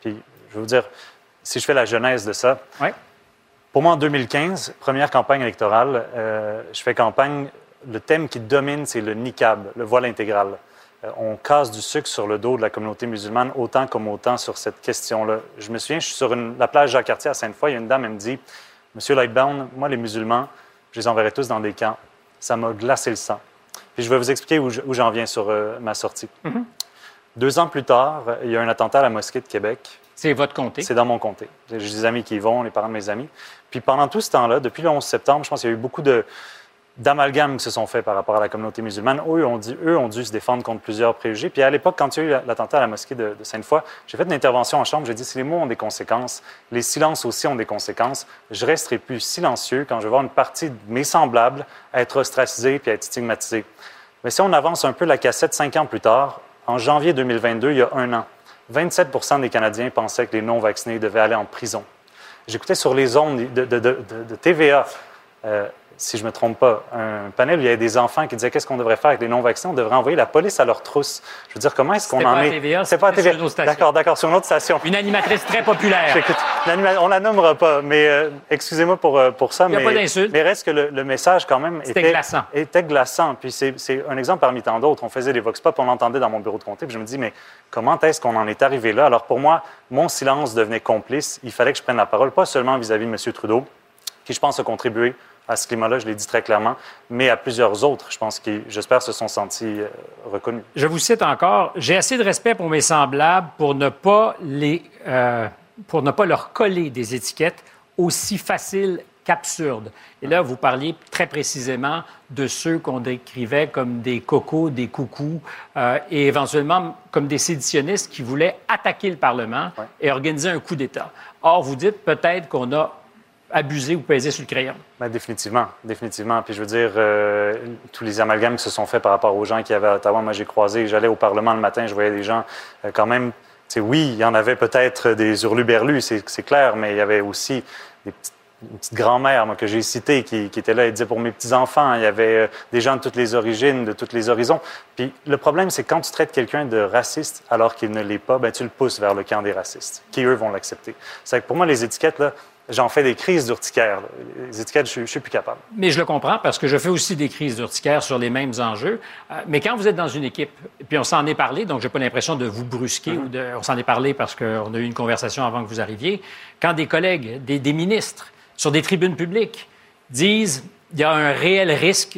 je vais vous dire, si je fais la genèse de ça, ouais. Pour moi, en deux mille quinze, première campagne électorale, euh, je fais campagne, le thème qui domine, c'est le niqab, le voile intégral. Euh, on casse du sucre sur le dos de la communauté musulmane, autant comme autant sur cette question-là. Je me souviens, je suis sur une, la plage Jacques-Cartier à Sainte-Foy, il y a une dame, elle me dit, « Monsieur Lightbound, moi, les musulmans, je les enverrai tous dans des camps. Ça m'a glacé le sang. » Puis je vais vous expliquer où, je, où j'en viens sur euh, ma sortie. Mm-hmm. Deux ans plus tard, il y a un attentat à la mosquée de Québec. C'est votre comté? C'est dans mon comté. J'ai des amis qui y vont, les parents de mes amis. Puis pendant tout ce temps-là, depuis le onze septembre, je pense qu'il y a eu beaucoup de, d'amalgames qui se sont faits par rapport à la communauté musulmane. Eux ont, dit, eux ont dû se défendre contre plusieurs préjugés. Puis à l'époque, quand il y a eu l'attentat à la mosquée de, de Sainte-Foy, j'ai fait une intervention en chambre. J'ai dit, si les mots ont des conséquences, les silences aussi ont des conséquences. Je resterai plus silencieux quand je vais voir une partie de mes semblables être ostracisés puis être stigmatisés. Mais si on avance un peu la cassette cinq ans plus tard, en janvier deux mille vingt-deux, il y a un an, vingt-sept pour cent des Canadiens pensaient que les non-vaccinés devaient aller en prison. J'écoutais sur les ondes de, de, de, de, de T V A, euh, si je ne me trompe pas, un panel où il y avait des enfants qui disaient qu'est-ce qu'on devrait faire avec les non-vaccinés. On devrait envoyer la police à leur trousse. Je veux dire, comment est-ce qu'on c'était en pas est... À T V A, c'est pas à T V A. Sur une autre station. D'accord, d'accord, sur une autre station. Une animatrice très populaire. Écoute, on la nommera pas, mais euh, excusez-moi pour, euh, pour ça. Il n'y a mais, pas d'insulte. Mais reste que le, le message, quand même, c'était était glaçant. Était glaçant. Puis c'est, c'est un exemple parmi tant d'autres. On faisait des vox pop, on l'entendait dans mon bureau de comté. Puis je me dis, mais comment est-ce qu'on en est arrivé là? Alors pour moi, mon silence devenait complice. Il fallait que je prenne la parole, pas seulement vis-à-vis de M. Trudeau, qui, je pense, a contribué à ce climat-là, je l'ai dit très clairement, mais à plusieurs autres, je pense qui, j'espère, se sont sentis euh, reconnus. Je vous cite encore, « J'ai assez de respect pour mes semblables pour ne pas, les, euh, pour ne pas leur coller des étiquettes aussi faciles qu'absurdes. » Et là, vous parliez très précisément de ceux qu'on décrivait comme des cocos, des coucous, euh, et éventuellement comme des séditionnistes qui voulaient attaquer le Parlement ouais. et organiser un coup d'État. Or, vous dites peut-être qu'on a abusé ou pesé sur le crayon. Bien, définitivement, définitivement. Puis je veux dire, euh, tous les amalgames qui se sont faits par rapport aux gens qui avaient à Ottawa, moi j'ai croisé, j'allais au Parlement le matin, je voyais des gens euh, quand même, tu sais, oui, il y en avait peut-être des hurluberlus, c'est, c'est clair, mais il y avait aussi des petites, une petite grand-mère moi, que j'ai citée qui, qui était là et disait pour mes petits-enfants, il y avait euh, des gens de toutes les origines, de tous les horizons. Puis le problème, c'est que quand tu traites quelqu'un de raciste alors qu'il ne l'est pas, bien, tu le pousses vers le camp des racistes, qui eux vont l'accepter. C'est que pour moi, les étiquettes, là, j'en fais des crises d'urticaire. Là. Les étiquettes, je ne suis plus capable. Mais je le comprends parce que je fais aussi des crises d'urticaire sur les mêmes enjeux. Euh, mais quand vous êtes dans une équipe, puis on s'en est parlé, donc je n'ai pas l'impression de vous brusquer, mm-hmm. ou de, on s'en est parlé parce qu'on a eu une conversation avant que vous arriviez, quand des collègues, des, des ministres, sur des tribunes publiques, disent qu'il y a un réel risque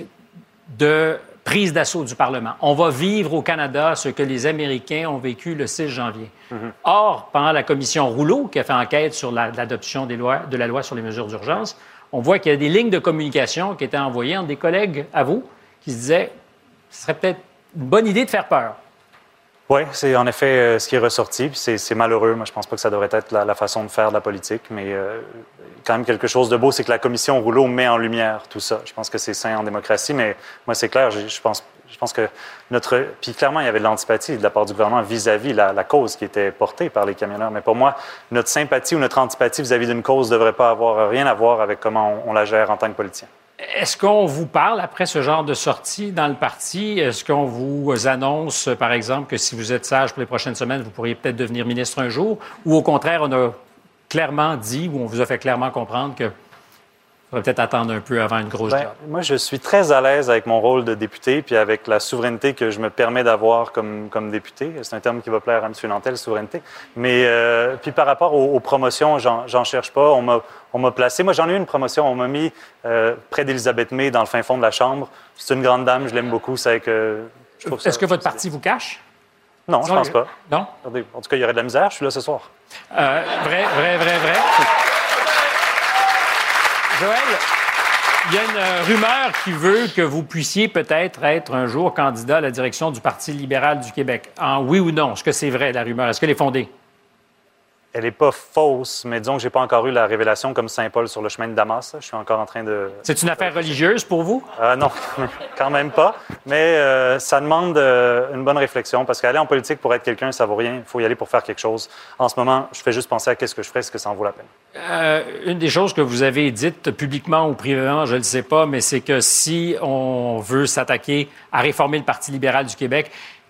de prise d'assaut du Parlement. On va vivre au Canada ce que les Américains ont vécu le six janvier. Mm-hmm. Or, pendant la commission Rouleau, qui a fait enquête sur la, l'adoption des lois, de la loi sur les mesures d'urgence, on voit qu'il y a des lignes de communication qui étaient envoyées entre des collègues à vous qui se disaient « ce serait peut-être une bonne idée de faire peur ». Oui, c'est en effet euh, ce qui est ressorti. Puis c'est, c'est malheureux. Moi, je pense pas que ça devrait être la, la façon de faire de la politique, mais euh, quand même quelque chose de beau, c'est que la commission Rouleau met en lumière tout ça. Je pense que c'est sain en démocratie, mais moi, c'est clair, je, je pense, je pense que notre... Puis clairement, il y avait de l'antipathie de la part du gouvernement vis-à-vis la, la cause qui était portée par les camionneurs. Mais pour moi, notre sympathie ou notre antipathie vis-à-vis d'une cause ne devrait pas avoir rien à voir avec comment on, on la gère en tant que politicien. Est-ce qu'on vous parle après ce genre de sortie dans le parti? Est-ce qu'on vous annonce, par exemple, que si vous êtes sage pour les prochaines semaines, vous pourriez peut-être devenir ministre un jour? Ou au contraire, on a clairement dit, ou on vous a fait clairement comprendre que il faudrait peut-être attendre un peu avant une grosse ben, job? Moi, je suis très à l'aise avec mon rôle de député puis avec la souveraineté que je me permets d'avoir comme, comme député. C'est un terme qui va plaire à M. Nantel, souveraineté. Mais euh, puis par rapport aux, aux promotions, j'en, j'en cherche pas. On m'a, on m'a placé. Moi, j'en ai eu une promotion. On m'a mis euh, près d'Élisabeth May, dans le fin fond de la Chambre. C'est une grande dame, je l'aime beaucoup. C'est que je trouve ça, Est-ce que votre parti vous cache? Non, je pense pas. Non? Regardez, en tout cas, il y aurait de la misère. Je suis là ce soir. Euh, vrai, vrai, vrai, vrai. Joël, il y a une rumeur qui veut que vous puissiez peut-être être un jour candidat à la direction du Parti libéral du Québec. En oui ou non? Est-ce que c'est vrai, la rumeur? Est-ce qu'elle est fondée? Elle n'est pas fausse, mais disons que je n'ai pas encore eu la révélation comme Saint Paul sur le chemin de Damas. Je suis encore en train de... C'est une affaire religieuse pour vous? Euh, non, quand même pas. Mais euh, ça demande euh, une bonne réflexion parce qu'aller en politique pour être quelqu'un, ça ne vaut rien. Il faut y aller pour faire quelque chose. En ce moment, je fais juste penser à qu'est-ce que je ferais, est-ce que ça en vaut la peine. Euh, une des choses que vous avez dites publiquement ou privément, je ne le sais pas, mais c'est que si on veut s'attaquer à réformer le Parti libéral du Québec,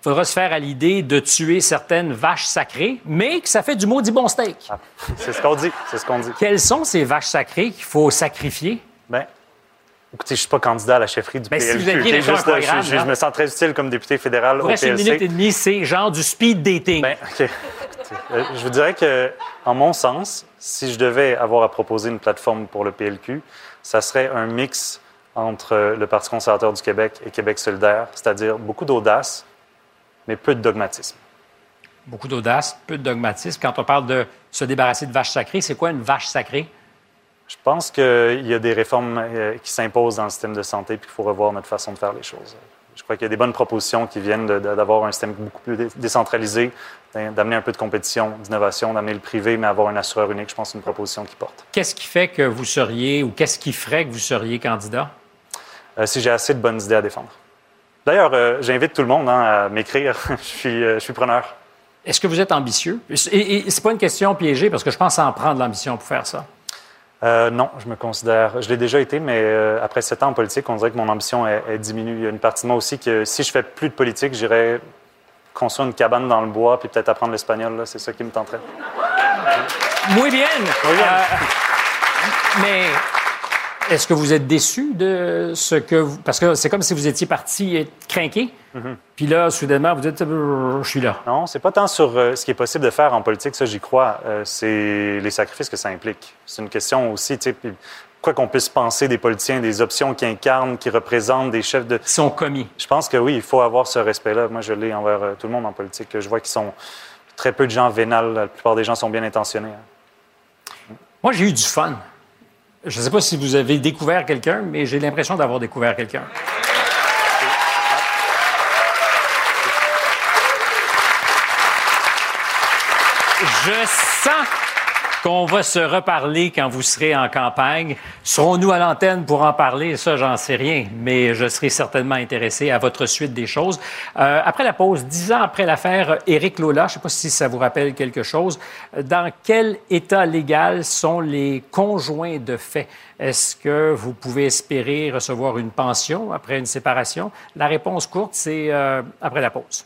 faudra se faire à l'idée de tuer certaines vaches sacrées, mais que ça fait du maudit bon steak. Ah, c'est ce qu'on dit, c'est ce qu'on dit. Quelles sont ces vaches sacrées qu'il faut sacrifier? Bien, écoutez, je ne suis pas candidat à la chefferie du ben, P L Q. Si vous aviez juste, un programme, je, je, je me sens très utile comme député fédéral au P L C. Une minute et demie, c'est genre du speed dating. Ben, OK. Euh, je vous dirais que, en mon sens, si je devais avoir à proposer une plateforme pour le P L Q, ça serait un mix entre le Parti conservateur du Québec et Québec solidaire, c'est-à-dire beaucoup d'audace, mais peu de dogmatisme. Beaucoup d'audace, peu de dogmatisme. Quand on parle de se débarrasser de vaches sacrées, c'est quoi une vache sacrée? Je pense qu'il y a des réformes euh, qui s'imposent dans le système de santé puis qu'il faut revoir notre façon de faire les choses. Je crois qu'il y a des bonnes propositions qui viennent de, de, d'avoir un système beaucoup plus dé- décentralisé, d'amener un peu de compétition, d'innovation, d'amener le privé, mais avoir un assureur unique. Je pense que c'est une proposition qui porte. Qu'est-ce qui fait que vous seriez, ou qu'est-ce qui ferait que vous seriez candidat? Euh, si j'ai assez de bonnes idées à défendre. D'ailleurs, euh, j'invite tout le monde hein, à m'écrire. je, suis, euh, je suis preneur. Est-ce que vous êtes ambitieux? Et, et c'est pas une question piégée, parce que je pense en prendre l'ambition pour faire ça. Euh, non, je me considère... Je l'ai déjà été, mais euh, après sept ans en politique, on dirait que mon ambition est, est diminue. Il y a une partie de moi aussi que si je fais plus de politique, j'irais construire une cabane dans le bois puis peut-être apprendre l'espagnol. Là. C'est ça qui me tenterait. Muy bien! Muy bien. Euh, mais... Est-ce que vous êtes déçu de ce que vous... Parce que c'est comme si vous étiez parti être crinqué, mm-hmm. puis là, soudainement, vous dites « je suis là ». Non, c'est pas tant sur euh, ce qui est possible de faire en politique, ça, j'y crois. Euh, c'est les sacrifices que ça implique. C'est une question aussi, tu sais, quoi qu'on puisse penser des politiciens, des options qui incarnent, qui représentent des chefs de... Ils sont commis. Je pense que oui, il faut avoir ce respect-là. Moi, je l'ai envers euh, tout le monde en politique. Je vois qu'ils sont très peu de gens vénales. La plupart des gens sont bien intentionnés. Hein. Moi, j'ai eu du fun. Je ne sais pas si vous avez découvert quelqu'un, mais j'ai l'impression d'avoir découvert quelqu'un. Je sens qu'on va se reparler quand vous serez en campagne. Serons-nous à l'antenne pour en parler? Ça, j'en sais rien, mais je serai certainement intéressé à votre suite des choses. Euh, après la pause, dix ans après l'affaire Éric Lola, je ne sais pas si ça vous rappelle quelque chose, dans quel état légal sont les conjoints de fait? Est-ce que vous pouvez espérer recevoir une pension après une séparation? La réponse courte, c'est euh, après la pause.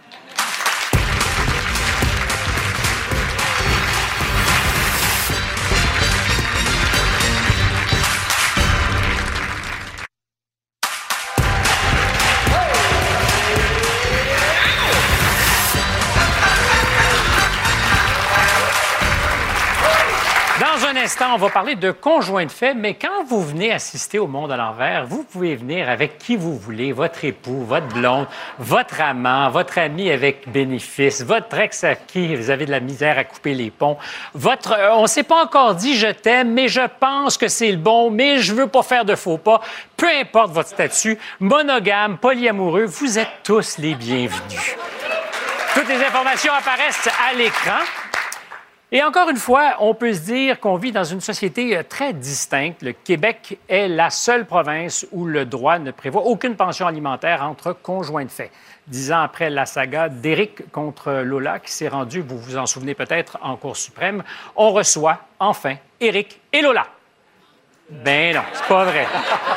On va parler de conjoint de fait, mais quand vous venez assister au Monde à l'envers, vous pouvez venir avec qui vous voulez, votre époux, votre blonde, votre amant, votre ami avec bénéfice, votre ex à qui vous avez de la misère à couper les ponts, votre... Euh, on ne s'est pas encore dit « je t'aime », mais je pense que c'est le bon, mais je veux pas faire de faux pas. Peu importe votre statut, monogame, polyamoureux, vous êtes tous les bienvenus. Toutes les informations apparaissent à l'écran. Et encore une fois, on peut se dire qu'on vit dans une société très distincte. Le Québec est la seule province où le droit ne prévoit aucune pension alimentaire entre conjoints de fait. Dix ans après la saga d'Éric contre Lola, qui s'est rendue, vous vous en souvenez peut-être, en Cour suprême, on reçoit enfin Éric et Lola. Ben non, c'est pas vrai.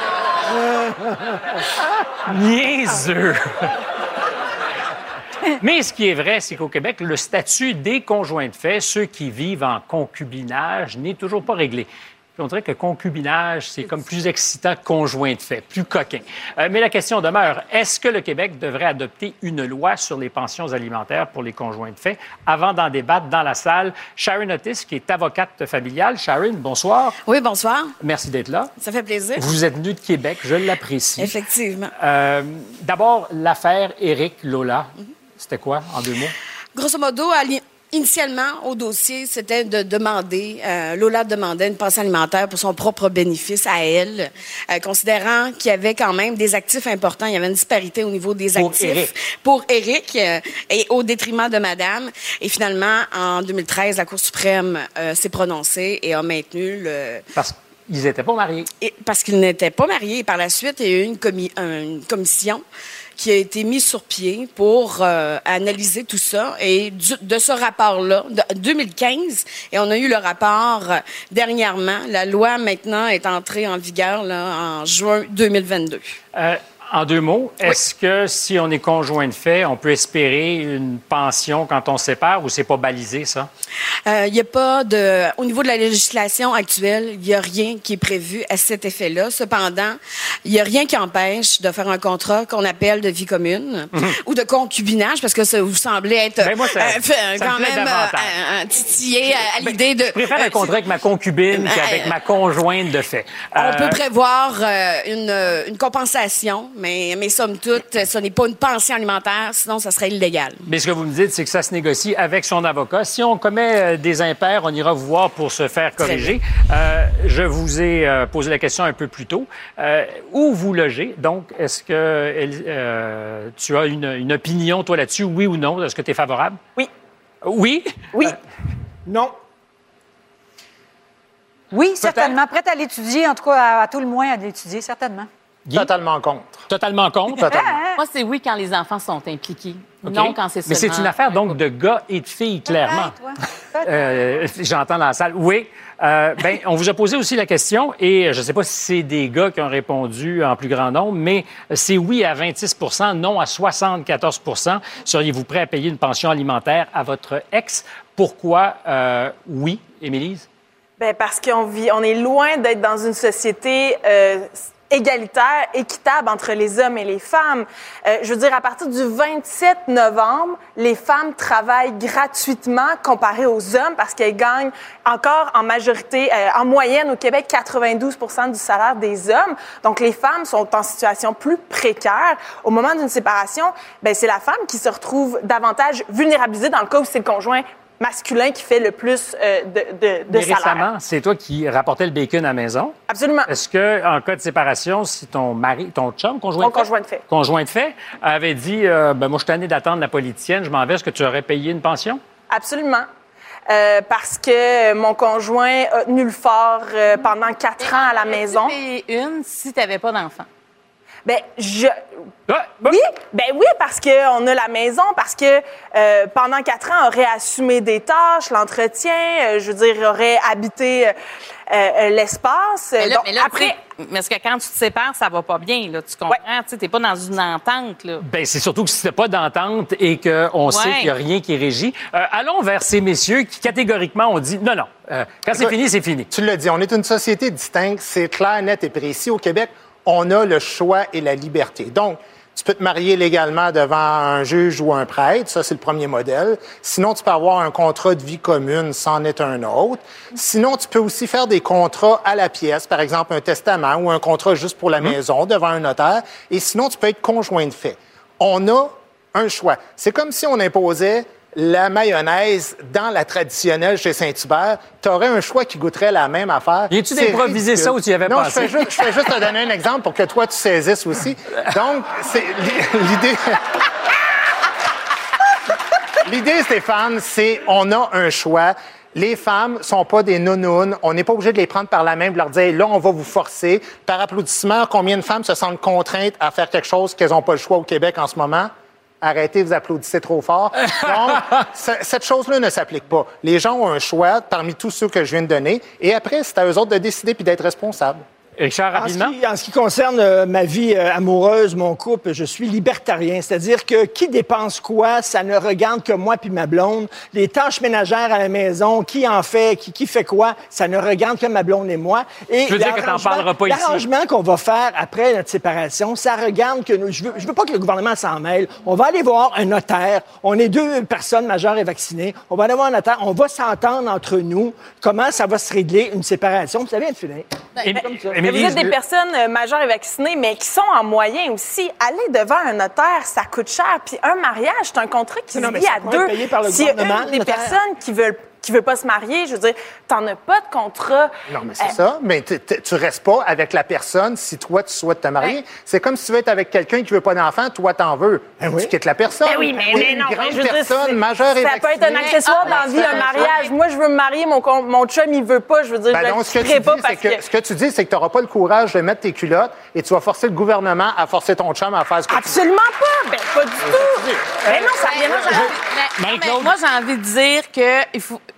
Niaiseux. Mais ce qui est vrai, c'est qu'au Québec, le statut des conjoints de fait, ceux qui vivent en concubinage, n'est toujours pas réglé. Puis on dirait que concubinage, c'est comme plus excitant que conjoint de fait, plus coquin. Euh, mais la question demeure, est-ce que le Québec devrait adopter une loi sur les pensions alimentaires pour les conjoints de fait? Avant d'en débattre dans la salle, Sharon Otis, qui est avocate familiale. Sharon, bonsoir. Oui, bonsoir. Merci d'être là. Ça fait plaisir. Vous êtes venue de Québec, je l'apprécie. Effectivement. Euh, d'abord, l'affaire Éric Lola. Mm-hmm. C'était quoi, en deux mots? Grosso modo, initialement, au dossier, c'était de demander, euh, Lola demandait une pension alimentaire pour son propre bénéfice à elle, euh, considérant qu'il y avait quand même des actifs importants. Il y avait une disparité au niveau des pour actifs. Éric. Pour Éric. Euh, et au détriment de Madame. Et finalement, en deux mille treize, la Cour suprême euh, s'est prononcée et a maintenu le... Parce qu'ils n'étaient pas mariés. Et parce qu'ils n'étaient pas mariés. Et par la suite, il y a eu une, commi- une commission qui a été mise sur pied pour euh, analyser tout ça. Et du, de ce rapport-là, de deux mille quinze, et on a eu le rapport euh, dernièrement. La loi, maintenant, est entrée en vigueur là, en juin deux mille vingt-deux. Euh, En deux mots, est-ce que si on est conjoint de fait, on peut espérer une pension quand on se sépare ou c'est pas balisé, ça? Il euh, n'y a pas de... Au niveau de la législation actuelle, il n'y a rien qui est prévu à cet effet-là. Cependant, il n'y a rien qui empêche de faire un contrat qu'on appelle de vie commune mm-hmm. ou de concubinage, parce que ça vous semblait être ben moi, ça, euh, ça quand me même euh, titillé à, à ben, l'idée de... Je préfère un contrat avec ma concubine euh, qu'avec euh, ma conjointe de fait. On euh, peut prévoir euh, une, une compensation, mais, mais somme toute, ce n'est pas une pension alimentaire, sinon ça serait illégal. Mais ce que vous me dites, c'est que ça se négocie avec son avocat. Si on commet des impairs, on ira vous voir pour se faire corriger. Euh, je vous ai euh, posé la question un peu plus tôt. Euh, où vous logez? Donc, est-ce que euh, tu as une, une opinion, toi, là-dessus, oui ou non? Est-ce que tu es favorable? Oui. Oui? Oui. Euh, non. Oui, certainement. Prête à l'étudier, en tout cas, à, à tout le moins à l'étudier, certainement. Guy? Totalement contre. Totalement contre? Totalement. Moi, c'est oui quand les enfants sont impliqués. Okay. Non quand c'est seulement... Mais c'est une affaire, donc, de gars et de filles, clairement. Euh, j'entends dans la salle. Oui. Euh, ben, on vous a posé aussi la question, et je ne sais pas si c'est des gars qui ont répondu en plus grand nombre, mais c'est oui à vingt-six pour cent, non à soixante-quatorze pour cent. Seriez-vous prêt à payer une pension alimentaire à votre ex? Pourquoi euh, oui, Émilise? Bien, parce qu'on vit, on est loin d'être dans une société euh, égalitaire, équitable entre les hommes et les femmes. Euh, je veux dire, à partir du vingt-sept novembre, les femmes travaillent gratuitement comparé aux hommes parce qu'elles gagnent encore en majorité, euh, en moyenne au Québec, quatre-vingt-douze pour cent du salaire des hommes. Donc, les femmes sont en situation plus précaire. Au moment d'une séparation, bien, c'est la femme qui se retrouve davantage vulnérabilisée dans le cas où c'est le conjoint masculin qui fait le plus euh, de, de, de Mais salaire. récemment, c'est toi qui rapportais le bacon à la maison. Absolument. Est-ce que, en cas de séparation, si ton mari, ton chum, conjoint Mon de fait, conjoint de fait, conjoint de fait, avait dit, euh, ben moi je suis tanné d'attendre la politicienne, je m'en vais, est-ce que tu aurais payé une pension? Absolument. Euh, parce que mon conjoint a tenu le fort euh, pendant quatre ans à la maison. Tu payé une si tu n'avais pas d'enfant? Ben, je... Ouais, ouais. Oui, ben oui, parce qu'on a la maison, parce que euh, pendant quatre ans, on aurait assumé des tâches, l'entretien, euh, je veux dire, aurait habité euh, euh, l'espace. Mais là, Donc, mais là, après... Parce que quand tu te sépares, ça va pas bien, là, tu comprends? Ouais. Tu n'es pas dans une entente, là. Bien, c'est surtout que si c'était pas d'entente et qu'on ouais. sait qu'il n'y a rien qui régit. Euh, allons vers ces messieurs qui, catégoriquement, ont dit non, non, euh, quand c'est fini, c'est fini. Tu l'as dit, on est une société distincte, c'est clair, net et précis. Au Québec, on a le choix et la liberté. Donc, tu peux te marier légalement devant un juge ou un prêtre, ça c'est le premier modèle. Sinon, tu peux avoir un contrat de vie commune, c'en est un autre. Sinon, tu peux aussi faire des contrats à la pièce, par exemple un testament ou un contrat juste pour la mmh. maison devant un notaire. Et sinon, tu peux être conjoint de fait. On a un choix. C'est comme si on imposait la mayonnaise dans la traditionnelle chez Saint-Hubert, tu aurais un choix qui goûterait la même affaire. Viens-tu d'improviser ça ou tu y avais non, pensé? Non, je fais juste, je fais juste te donner un exemple pour que toi, tu saisisses aussi. Donc, c'est l'idée... L'idée, Stéphane, c'est on a un choix. Les femmes sont pas des nounounes. On n'est pas obligé de les prendre par la main et de leur dire, là, on va vous forcer. Par applaudissement, combien de femmes se sentent contraintes à faire quelque chose qu'elles n'ont pas le choix au Québec en ce moment? Arrêtez, vous applaudissez trop fort. Donc, cette chose-là ne s'applique pas. Les gens ont un choix parmi tous ceux que je viens de donner. Et après, c'est à eux autres de décider puis d'être responsables. Richard, rapidement. En ce qui, en ce qui concerne euh, ma vie euh, amoureuse, mon couple, je suis libertarien. C'est-à-dire que qui dépense quoi, ça ne regarde que moi puis ma blonde. Les tâches ménagères à la maison, qui en fait, qui, qui fait quoi, ça ne regarde que ma blonde et moi. Et je veux dire que t'en parleras pas ici. L'arrangement qu'on va faire après notre séparation, ça regarde que nous... Je veux, je veux pas que le gouvernement s'en mêle. On va aller voir un notaire. On est deux personnes majeures et vaccinées. On va aller voir un notaire. On va s'entendre entre nous comment ça va se régler une séparation. Ça vient de finir. Ben, comme ça. Mais vous êtes des personnes euh, majeures et vaccinées, mais qui sont en moyen aussi. Aller devant un notaire, ça coûte cher. Puis un mariage, c'est un contrat qui se vit à deux. S'il y a une des personnes qui veulent qui veut pas se marier, je veux dire, t'en as pas de contrat. Non, mais c'est euh... ça. Mais t- t- tu restes pas avec la personne si toi, tu souhaites te marier. Ouais. C'est comme si tu veux être avec quelqu'un qui veut pas d'enfant, toi, t'en veux. Ben oui. Tu quittes la personne. Ben oui, mais, mais une non, grande mais je personne, dire, majeure et ça vaccinée. peut être un accessoire ah, dans la vie, un mariage. Moi, je veux me marier, mon, mon chum, il veut pas. Je veux dire, ben je donc, ce que, tu pas dis, parce que, que... ce que tu dis, c'est que tu n'auras pas le courage de mettre tes culottes et tu vas forcer le gouvernement à forcer ton chum à faire ce que Absolument tu veux. Pas. Ben, pas du tout. Mais non, ça vient. Moi, j'ai envie de dire que il faut...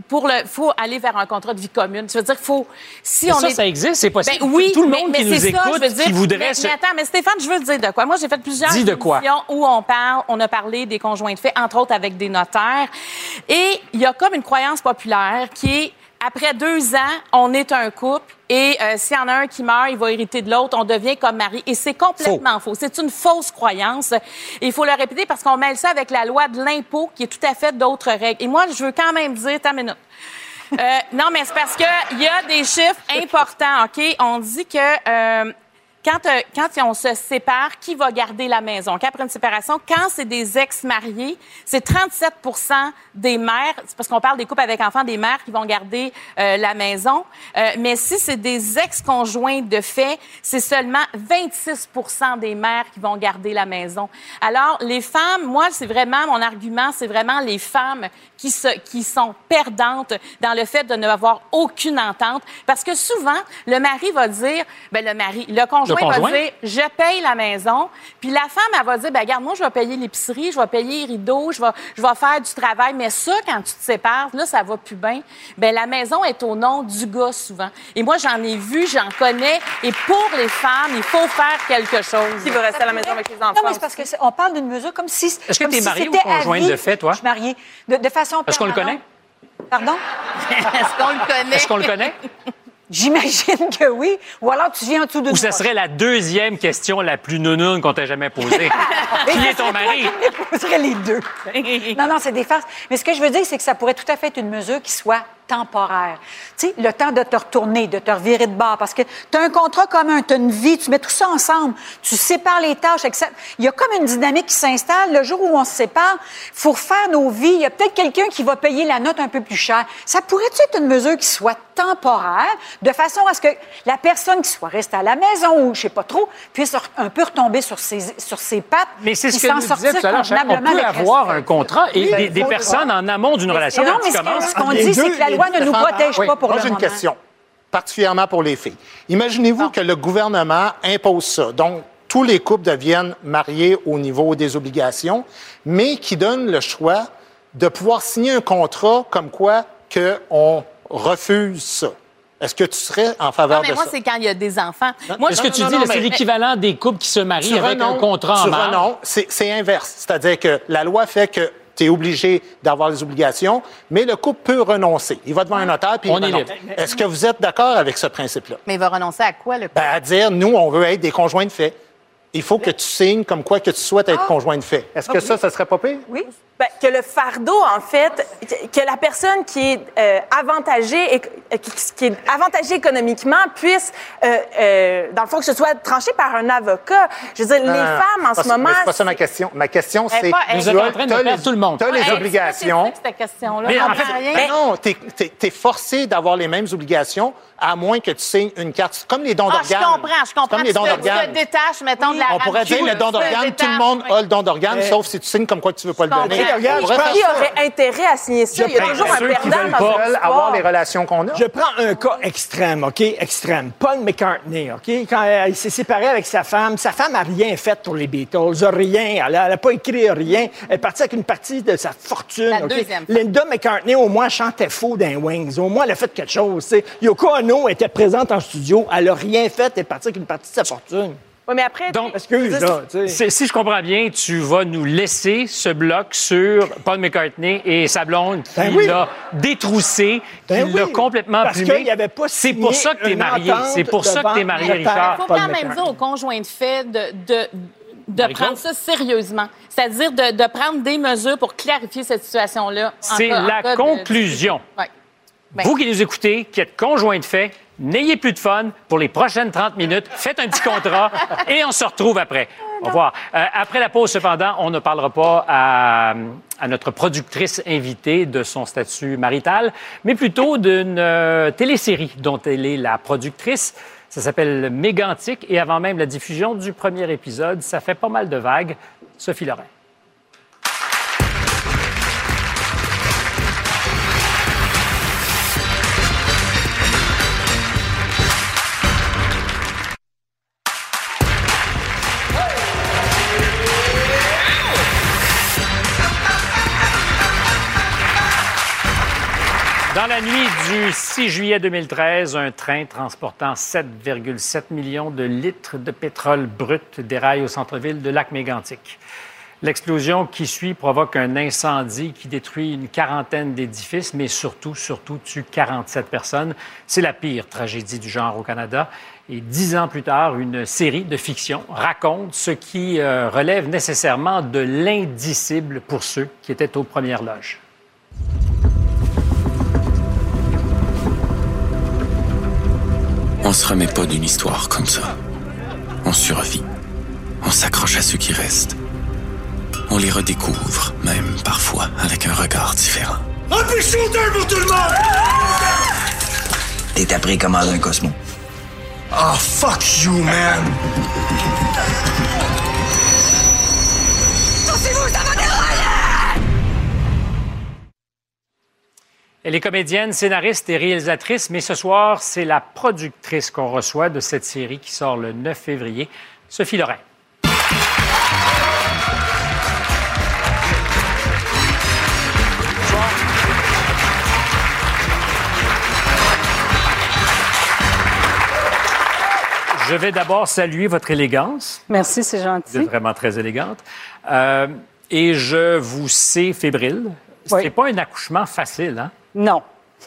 pour le, faut aller vers un contrat de vie commune. Je veux dire, faut, si mais on ça, est... ça existe, c'est possible. Ben oui, tout le mais, monde mais qui nous c'est ça, écoute, je veux dire, qui voudrait mais, se... mais attends, mais Stéphane, je veux te dire de quoi. Moi, j'ai fait plusieurs Dis de quoi. émissions où on parle, on a parlé des conjoints de fait, entre autres avec des notaires. Et il y a comme une croyance populaire qui est, après deux ans, on est un couple et euh, s'il y en a un qui meurt, il va hériter de l'autre, on devient comme mari. Et c'est complètement faux. faux. C'est une fausse croyance. Et il faut le répéter parce qu'on mêle ça avec la loi de l'impôt qui est tout à fait d'autres règles. Et moi, je veux quand même dire, ta minute. Euh, non, mais c'est parce qu'il y a des chiffres importants, OK? On dit que... Euh, Quand, euh, quand on se sépare, qui va garder la maison? Qu'après une séparation, quand c'est des ex-mariés, c'est trente-sept pour cent des mères, c'est parce qu'on parle des couples avec enfants, des mères qui vont garder euh, la maison. Euh, mais si c'est des ex-conjoints de fait, c'est seulement vingt-six pour cent des mères qui vont garder la maison. Alors, les femmes, moi, c'est vraiment, mon argument, c'est vraiment les femmes qui, se, qui sont perdantes dans le fait de n'avoir aucune entente. Parce que souvent, le mari va dire, ben le mari, le conjoint, Le conjoint. va dire, je paye la maison. Puis la femme, elle va dire, ben regarde, moi, je vais payer l'épicerie, je vais payer les rideaux, je vais, je vais faire du travail. Mais ça, quand tu te sépares, là, ça va plus bien. Ben la maison est au nom du gars, souvent. Et moi, j'en ai vu, j'en connais. Et pour les femmes, il faut faire quelque chose. Qui veut rester à la maison avec les enfants? Non, mais c'est parce qu'on parle d'une mesure comme si... Est-ce que comme tu es si mariée ou c'était à conjointe vie. de fait, toi? Je suis mariée. De, de façon Est-ce qu'on le permanente. connaît? Pardon? Est-ce qu'on le connaît? Est-ce qu'on le connaît? J'imagine que oui. Ou alors tu viens en dessous de Ou nous. ça serait la deuxième question la plus nounoune qu'on t'a jamais posée. Qui est ton mari? Ce serait les deux. Non, non, c'est des farces. Mais ce que je veux dire, c'est que ça pourrait tout à fait être une mesure qui soit temporaire. Tu sais, le temps de te retourner, de te revirer de bord, parce que tu as un contrat commun, tu as une vie, tu mets tout ça ensemble, tu sépares les tâches. Et ça... Il y a comme une dynamique qui s'installe. Le jour où on se sépare, il faut refaire nos vies. Il y a peut-être quelqu'un qui va payer la note un peu plus chère. Ça pourrait-tu être une mesure qui soit temporaire, de façon à ce que la personne qui soit restée à la maison ou je sais pas trop, puisse un peu retomber sur ses, sur ses pattes. Mais c'est ce puis que s'en nous disait sortir tout à l'heure, Charles, on convenablement peut avec avoir respect. un contrat et Oui, des, des faut- personnes en amont d'une relation non, quand mais tu ce que- commences. ce qu'on Les dit, c'est deux- que la loi ne nous Stéphane, protège oui, pas pour moi, le j'ai une moment. question, particulièrement pour les filles. Imaginez-vous que le gouvernement impose ça. Donc, tous les couples deviennent mariés au niveau des obligations, mais qui donne le choix de pouvoir signer un contrat comme quoi qu'on refuse ça. Est-ce que tu serais en faveur Non, mais de moi, ça? c'est quand il y a des enfants. Moi, Est-ce je- que tu non, dis non, que c'est mais- l'équivalent des couples qui se marient Tu avec renonces- un contrat en tu marge? renonces, c'est, c'est inverse. C'est-à-dire que la loi fait que tu es obligé d'avoir les obligations, mais le couple peut renoncer. Il va devant un notaire puis On il est renonce. libre. Est-ce que vous êtes d'accord avec ce principe-là? Mais il va renoncer à quoi, le Ben, à dire, nous, on veut être des conjoints de fait. Il faut que tu signes comme quoi que tu souhaites être conjoint de fait. Est-ce que ça, ça serait pas pire? Oui. Ben, que le fardeau, en fait, que la personne qui est euh, avantagée, et, euh, qui, qui est avantagée économiquement puisse, euh, euh, dans le fond, que ce soit tranché par un avocat. Je veux dire, les Non, femmes, en pas- ce moment... mais C'est pas ça ma question. Ma question, Elle c'est... est pas- elle- Vous êtes en train de t'as perdre les- tout le monde. Tu as les Hey, obligations. c'est cette question-là. Mais Je en comprends fait, rien. Ben non, tu es, forcé d'avoir les mêmes obligations, à moins que tu signes une carte. C'est comme les dons Ah, je d'organes. comprends, je C'est comprends. comme les Tu dons te- tu te d'organes. détaches, mettons, de la On pourrait dire radio, le don tu te d'organes, tout le détaches, monde oui. a le don d'organes, Eh. sauf si tu signes comme quoi que tu veux pas le comprends. donner. Eh, regarde, On je pourrait prends Qui faire ça. aurait intérêt à signer ça? Il y a Ben, toujours un ceux qui perdant veulent dans pas cette avoir histoire. les relations qu'on a. Je prends un cas extrême, OK? Extrême. Paul McCartney, OK? Quand euh, il s'est séparé avec sa femme, sa femme n'a rien fait pour les Beatles, rien. Elle n'a pas écrit rien. Elle est partie avec une partie de sa fortune. La OK? deuxième femme. Linda McCartney, au moins, chantait faux dans les Wings. Au moins, elle a fait quelque chose. tu sais. Yoko Ono était présente en studio. Elle n'a rien fait. Elle est partie avec une partie de sa fortune. Oui, mais après... Donc, Excuse, là. tu sais. C'est- Si je comprends bien, tu vas nous laisser ce bloc sur Paul McCartney et sa blonde qui Ben oui. l'a détroussé, Ben qui l'a oui. complètement Parce plumé. qu'il avait pas C'est signé pour ça que tu es une marié. entente C'est pour ça que tu es devant marié, le Il Richard. faut Paul quand même McCartney. dire aux conjoints de fait de, de, de Marie-Claude? prendre ça sérieusement. C'est-à-dire de, de prendre des mesures pour clarifier cette situation-là. en C'est cas- en la cas de- conclusion. Ouais. Ben, Vous qui nous écoutez, qui êtes conjoint de fait, n'ayez plus de fun pour les prochaines trente minutes. Faites un petit contrat et on se retrouve après. Au revoir. Euh, après la pause, cependant, on ne parlera pas à, à notre productrice invitée de son statut marital, mais plutôt d'une euh, télésérie dont elle est la productrice. Ça s'appelle Mégantic et avant même la diffusion du premier épisode, ça fait pas mal de vagues. Sophie Lorrain. Dans la nuit du six juillet deux mille treize, un train transportant sept virgule sept millions de litres de pétrole brut déraille au centre-ville de Lac-Mégantic. L'explosion qui suit provoque un incendie qui détruit une quarantaine d'édifices, mais surtout, surtout, tue quarante-sept personnes. C'est la pire tragédie du genre au Canada. Et dix ans plus tard, une série de fiction raconte ce qui euh, relève nécessairement de l'indicible pour ceux qui étaient aux premières loges. On se remet pas d'une histoire comme ça. On survit. On s'accroche à ceux qui restent. On les redécouvre, même parfois avec un regard différent. Un peu shooter pour tout le monde! T'es après commande un Cosmo. Oh, fuck you, man! Torsez-vous, ça va dérailler! Elle est comédienne, scénariste et réalisatrice, mais ce soir, c'est la productrice qu'on reçoit de cette série qui sort le neuf février, Sophie Lorrain. Je vais d'abord saluer votre élégance. Merci, c'est gentil. Vous êtes vraiment très élégante. Euh, et je vous sais fébrile. Ce n'est oui. pas un accouchement facile, hein? Non.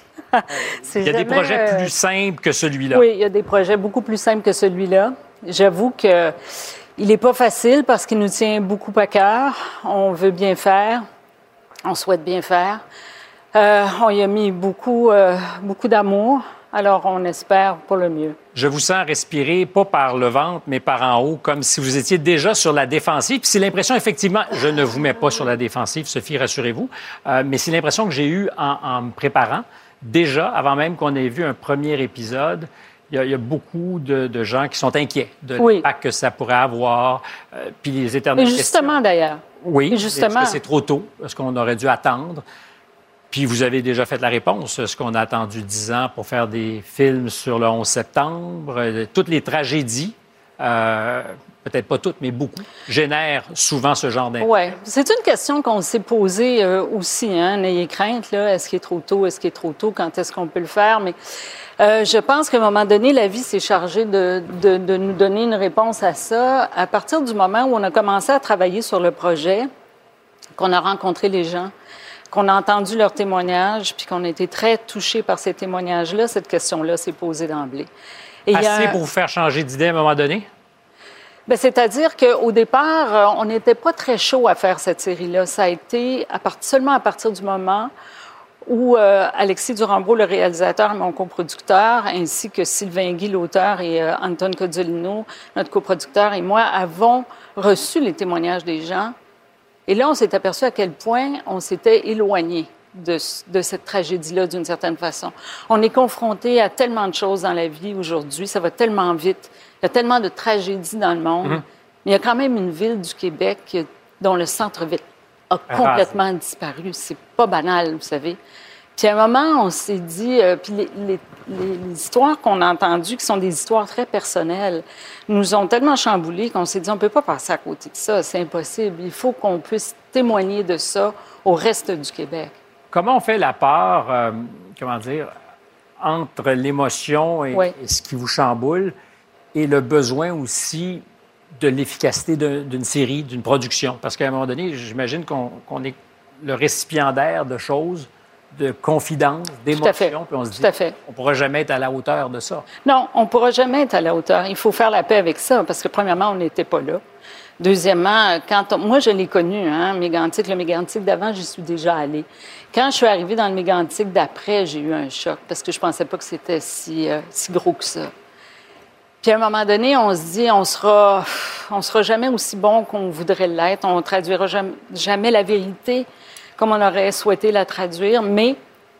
Il y a jamais, des projets euh... plus simples que celui-là. Oui, il y a des projets beaucoup plus simples que celui-là. J'avoue que il n'est pas facile parce qu'il nous tient beaucoup à cœur. On veut bien faire. On souhaite bien faire. Euh, on y a mis beaucoup, euh, beaucoup d'amour. Alors, on espère pour le mieux. Je vous sens respirer, pas par le ventre, mais par en haut, comme si vous étiez déjà sur la défensive. Puis c'est l'impression, effectivement, je ne vous mets pas sur la défensive, Sophie, rassurez-vous, euh, mais c'est l'impression que j'ai eue en, en me préparant. Déjà, avant même qu'on ait vu un premier épisode, il y a, il y a beaucoup de, de gens qui sont inquiets de oui. l'impact que ça pourrait avoir. Euh, puis les éternelles Et justement, questions. d'ailleurs. Oui, Et justement. est-ce que c'est trop tôt? Est-ce qu'on aurait dû attendre? Puis vous avez déjà fait la réponse. Est-ce qu'on a attendu dix ans pour faire des films sur le onze septembre? Toutes les tragédies, euh, peut-être pas toutes, mais beaucoup, génèrent souvent ce genre d'impact. Oui. C'est une question qu'on s'est posée euh, aussi. Hein? N'ayez crainte, là. Est-ce qu'il est trop tôt? Est-ce qu'il est trop tôt? Quand est-ce qu'on peut le faire? Mais euh, je pense qu'à un moment donné, la vie s'est chargée de, de, de nous donner une réponse à ça. À partir du moment où on a commencé à travailler sur le projet, qu'on a rencontré les gens, qu'on a entendu leurs témoignages, puis qu'on a été très touchés par ces témoignages-là, cette question-là s'est posée d'emblée. Et Assez il y a... pour vous faire changer d'idée à un moment donné? Bien, c'est-à-dire qu'au départ, on n'était pas très chaud à faire cette série-là. Ça a été à part... seulement à partir du moment où euh, Alexis Durambeau, le réalisateur et mon coproducteur, ainsi que Sylvain Guy, l'auteur, et euh, Anton Cozzolino, notre coproducteur, et moi, avons reçu les témoignages des gens. Et là, on s'est aperçu à quel point on s'était éloigné de, de cette tragédie-là, d'une certaine façon. On est confronté à tellement de choses dans la vie aujourd'hui, ça va tellement vite, il y a tellement de tragédies dans le monde, mm-hmm. mais il y a quand même une ville du Québec dont le centre-ville a complètement ah, disparu. C'est pas banal, vous savez. Puis à un moment, on s'est dit, euh, puis les, les, les, les histoires qu'on a entendues, qui sont des histoires très personnelles, nous ont tellement chamboulés qu'on s'est dit, on ne peut pas passer à côté de ça, c'est impossible. Il faut qu'on puisse témoigner de ça au reste du Québec. Comment on fait la part, euh, comment dire, entre l'émotion et, oui. et ce qui vous chamboule et le besoin aussi de l'efficacité de, d'une série, d'une production? Parce qu'à un moment donné, j'imagine qu'on, qu'on est le récipiendaire de choses, de confidences, d'émotions, puis on se dit, on ne pourra jamais être à la hauteur de ça. Non, on ne pourra jamais être à la hauteur. Il faut faire la paix avec ça, parce que premièrement, on n'était pas là. Deuxièmement, quand on... moi, je l'ai connu, hein, Mégantic. Le Mégantic d'avant, j'y suis déjà allée. Quand je suis arrivée dans le Mégantic d'après, j'ai eu un choc, parce que je ne pensais pas que c'était si, euh, si gros que ça. Puis à un moment donné, on se dit, on sera, on sera jamais aussi bon qu'on voudrait l'être. On ne traduira jamais, jamais la vérité comme on aurait souhaité la traduire, mais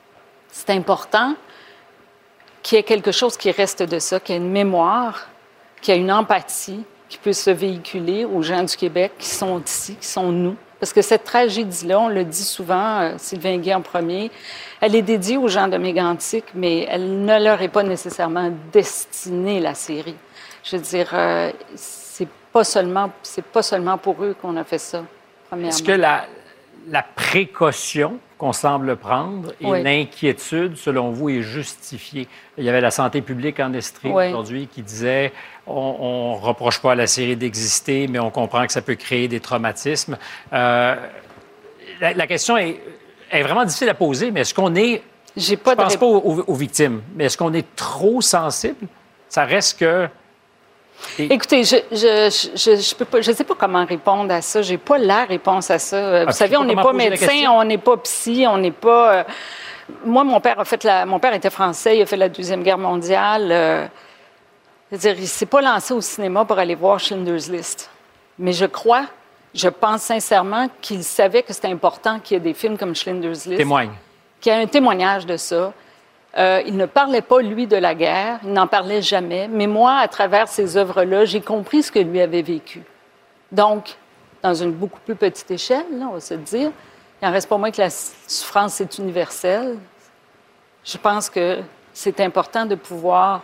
c'est important qu'il y ait quelque chose qui reste de ça, qu'il y ait une mémoire, qu'il y ait une empathie qui puisse se véhiculer aux gens du Québec qui sont ici, qui sont nous. Parce que cette tragédie-là, on le dit souvent, euh, Sylvain Guy en premier, elle est dédiée aux gens de Mégantic, mais elle ne leur est pas nécessairement destinée, la série. Je veux dire, euh, c'est pas seulement, c'est pas seulement pour eux qu'on a fait ça, premièrement. Est-ce que la... la précaution qu'on semble prendre et Oui. l'inquiétude, selon vous, est justifiée. Il y avait la santé publique en Estrie Oui. aujourd'hui qui disait on ne reproche pas à la série d'exister, mais on comprend que ça peut créer des traumatismes. Euh, la, la question est, est vraiment difficile à poser, mais est-ce qu'on est... J'ai pas je ne pense de... pas aux, aux victimes, mais est-ce qu'on est trop sensible? Ça reste que... Et... Écoutez, je je, je, je, peux pas, je sais pas comment répondre à ça. J'ai pas la réponse à ça. Vous Ah, savez, on n'est pas médecin, on n'est pas psy, on n'est pas... Euh... Moi, mon père a fait la... Mon père était français, il a fait la Deuxième Guerre mondiale. Euh... C'est-à-dire, il ne s'est pas lancé au cinéma pour aller voir Schindler's List. Mais je crois, je pense sincèrement qu'il savait que c'était important qu'il y ait des films comme Schindler's List. Témoigne. Qu'il y ait un témoignage de ça. Euh, il ne parlait pas, lui, de la guerre. Il n'en parlait jamais. Mais moi, à travers ces œuvres-là, j'ai compris ce que lui avait vécu. Donc, dans une beaucoup plus petite échelle, là, on va se dire, il n'en reste pas moins que la souffrance est universelle. Je pense que c'est important de pouvoir,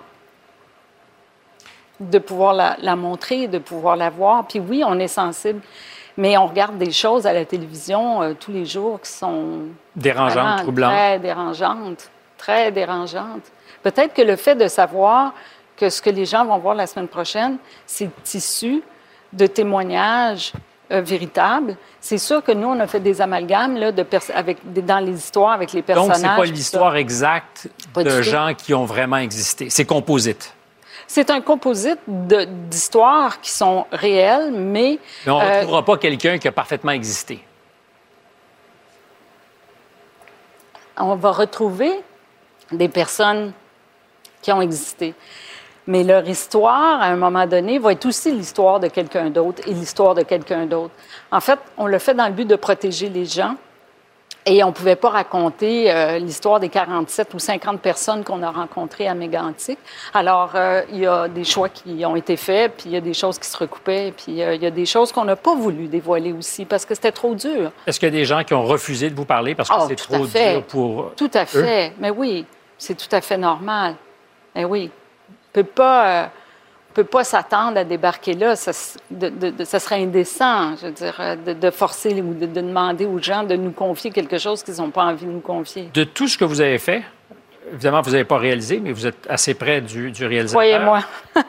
de pouvoir la, la montrer, de pouvoir la voir. Puis oui, on est sensible, mais on regarde des choses à la télévision euh, tous les jours qui sont... Dérangeantes, vraiment troublantes. Très dérangeantes. Très dérangeante. Peut-être que le fait de savoir que ce que les gens vont voir la semaine prochaine, c'est issu de témoignages euh, véritables. C'est sûr que nous, on a fait des amalgames là, de pers- avec, dans les histoires avec les personnages. Donc, c'est pas l'histoire exacte Pas de du tout. gens qui ont vraiment existé. C'est composite. C'est un composite de- d'histoires qui sont réelles, mais... Mais on ne euh, retrouvera pas quelqu'un qui a parfaitement existé. on va retrouver des personnes qui ont existé. Mais leur histoire, à un moment donné, va être aussi l'histoire de quelqu'un d'autre et l'histoire de quelqu'un d'autre. En fait, on le fait dans le but de protéger les gens et on ne pouvait pas raconter euh, l'histoire des quarante-sept ou cinquante personnes qu'on a rencontrées à Mégantic. Alors, euh, il y a des choix qui ont été faits, puis il y a des choses qui se recoupaient, puis euh, il y a des choses qu'on n'a pas voulu dévoiler aussi parce que c'était trop dur. Est-ce qu'il y a des gens qui ont refusé de vous parler parce que Oh, c'est tout à trop fait. dur pour Tout à eux? fait. Mais oui, c'est tout à fait normal. Mais oui. On ne peut pas, euh, on peut pas s'attendre à débarquer là. Ça, de, de, de, ça serait indécent, je veux dire, de, de forcer ou de, de demander aux gens de nous confier quelque chose qu'ils n'ont pas envie de nous confier. De tout ce que vous avez fait, évidemment, vous n'avez pas réalisé, mais vous êtes assez près du, du réalisateur. Croyez-moi.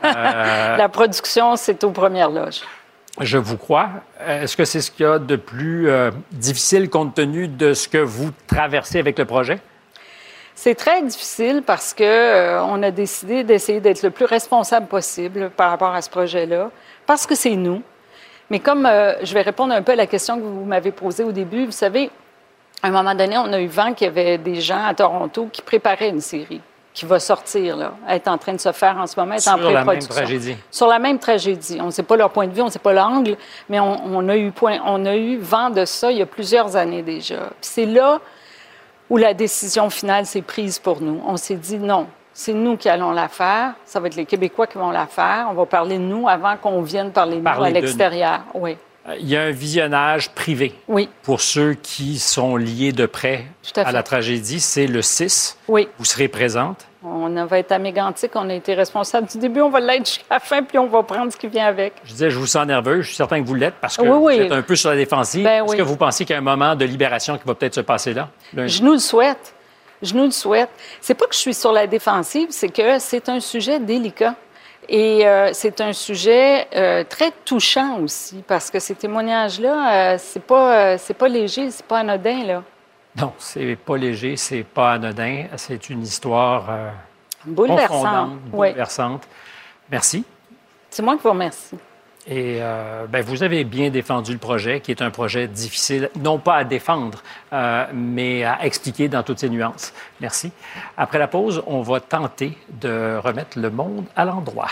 Euh, La production, c'est aux premières loges. Je vous crois. Est-ce que c'est ce qu'il y a de plus euh, difficile compte tenu de ce que vous traversez avec le projet? C'est très difficile parce que euh, on a décidé d'essayer d'être le plus responsable possible par rapport à ce projet-là, parce que c'est nous. Mais comme euh, je vais répondre un peu à la question que vous m'avez posée au début, vous savez, à un moment donné, on a eu vent qu'il y avait des gens à Toronto qui préparaient une série qui va sortir, là, est en train de se faire en ce moment, est en Sur la même pré-production. tragédie. Sur la même tragédie. On ne sait pas leur point de vue, on ne sait pas l'angle, mais on, on, a eu point, on a eu vent de ça il y a plusieurs années déjà. Puis c'est là où la décision finale s'est prise pour nous. On s'est dit non, c'est nous qui allons la faire, ça va être les Québécois qui vont la faire, on va parler de nous avant qu'on vienne parler de Parler nous à de l'extérieur. Oui. Il y a un visionnage privé. Oui. Pour ceux qui sont liés de près Tout à fait. à la tragédie, c'est le six. Oui. Vous serez présente. On va être à Mégantic, on a été responsable du début, on va l'être jusqu'à la fin, puis on va prendre ce qui vient avec. Je disais, je vous sens nerveux. Je suis certain que vous l'êtes parce que Oui, oui. vous êtes un peu sur la défensive. Ben Est-ce oui. que vous pensez qu'il y a un moment de libération qui va peut-être se passer là? lundi? Je nous le souhaite. Je nous le souhaite. C'est pas que je suis sur la défensive, c'est que c'est un sujet délicat. Et euh, c'est un sujet euh, très touchant aussi, parce que ces témoignages-là, euh, c'est pas, euh, c'est pas léger, c'est pas anodin, là. Non, c'est pas léger, c'est pas anodin. C'est une histoire euh, Bouleversante. confondante, Oui. bouleversante. Merci. C'est moi qui vous remercie. Et euh, ben, vous avez bien défendu le projet, qui est un projet difficile, non pas à défendre, euh, mais à expliquer dans toutes ses nuances. Merci. Après la pause, on va tenter de remettre le monde à l'endroit.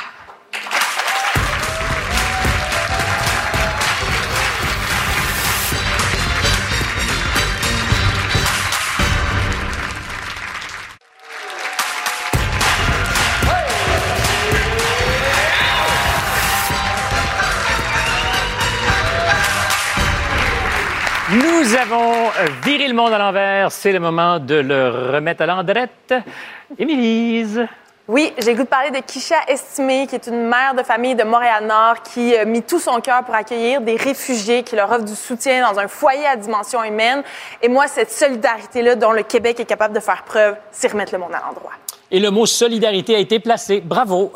Nous avons viré le monde à l'envers. C'est le moment de le remettre à l'endrette. Émilise. Oui, j'ai le goût de parler de Kisha Estimé, qui est une mère de famille de Montréal-Nord qui a mis tout son cœur pour accueillir des réfugiés, qui leur offre du soutien dans un foyer à dimension humaine. Et moi, cette solidarité-là dont le Québec est capable de faire preuve, c'est remettre le monde à l'endroit. Et le mot solidarité a été placé. Bravo!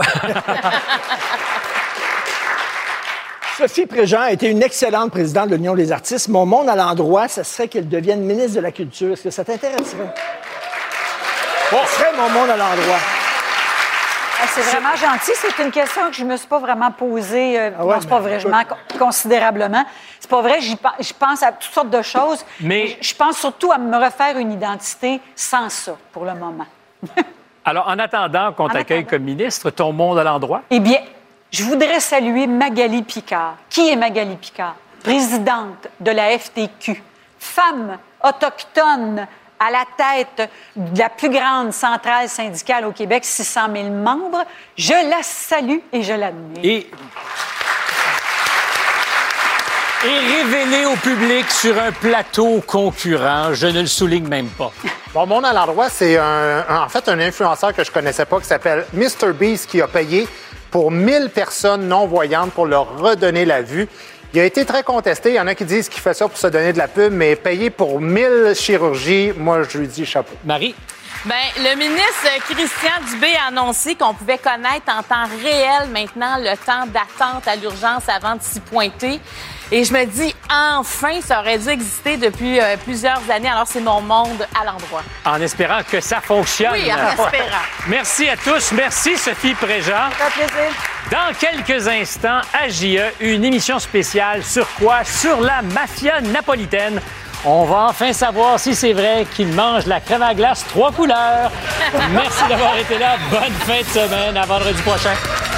Sophie Préjean a été une excellente présidente de l'Union des artistes. Mon monde à l'endroit, ce serait qu'elle devienne ministre de la Culture. Est-ce que ça t'intéresserait? Oh. Ce serait mon monde à l'endroit. Ah, c'est vraiment gentil. C'est une question que je ne me suis pas vraiment posée. Euh, ah ouais, non, c'est pas vrai. Je manque considérablement. C'est pas vrai. J'y pense, je pense à toutes sortes de choses. Mais je pense surtout à me refaire une identité sans ça, pour le moment. Alors, en attendant qu'on t'accueille comme ministre, ton monde à l'endroit? Eh bien, je voudrais saluer Magali Picard. Qui est Magali Picard? Présidente de la F T Q, femme autochtone à la tête de la plus grande centrale syndicale au Québec, six cent mille membres. Je la salue et je l'admire. Et... et révélée au public sur un plateau concurrent, je ne le souligne même pas. Bon, mon à l'endroit, c'est un, un, en fait un influenceur que je connaissais pas qui s'appelle mister Beast qui a payé pour mille personnes non-voyantes pour leur redonner la vue. Il a été très contesté. Il y en a qui disent qu'il fait ça pour se donner de la pub, mais payer pour mille chirurgies, moi, je lui dis chapeau. Marie? Bien, le ministre Christian Dubé a annoncé qu'on pouvait connaître en temps réel maintenant le temps d'attente à l'urgence avant de s'y pointer. Et je me dis, enfin, ça aurait dû exister depuis euh, plusieurs années. Alors, c'est mon monde à l'endroit. En espérant que ça fonctionne. Oui, en espérant. Merci à tous. Merci, Sophie Préjean. Ça fait plaisir. Dans quelques instants, à J E, une émission spéciale sur quoi? Sur la mafia napolitaine. On va enfin savoir si c'est vrai qu'il mange la crème à glace trois couleurs. Merci d'avoir été là. Bonne fin de semaine. À vendredi prochain.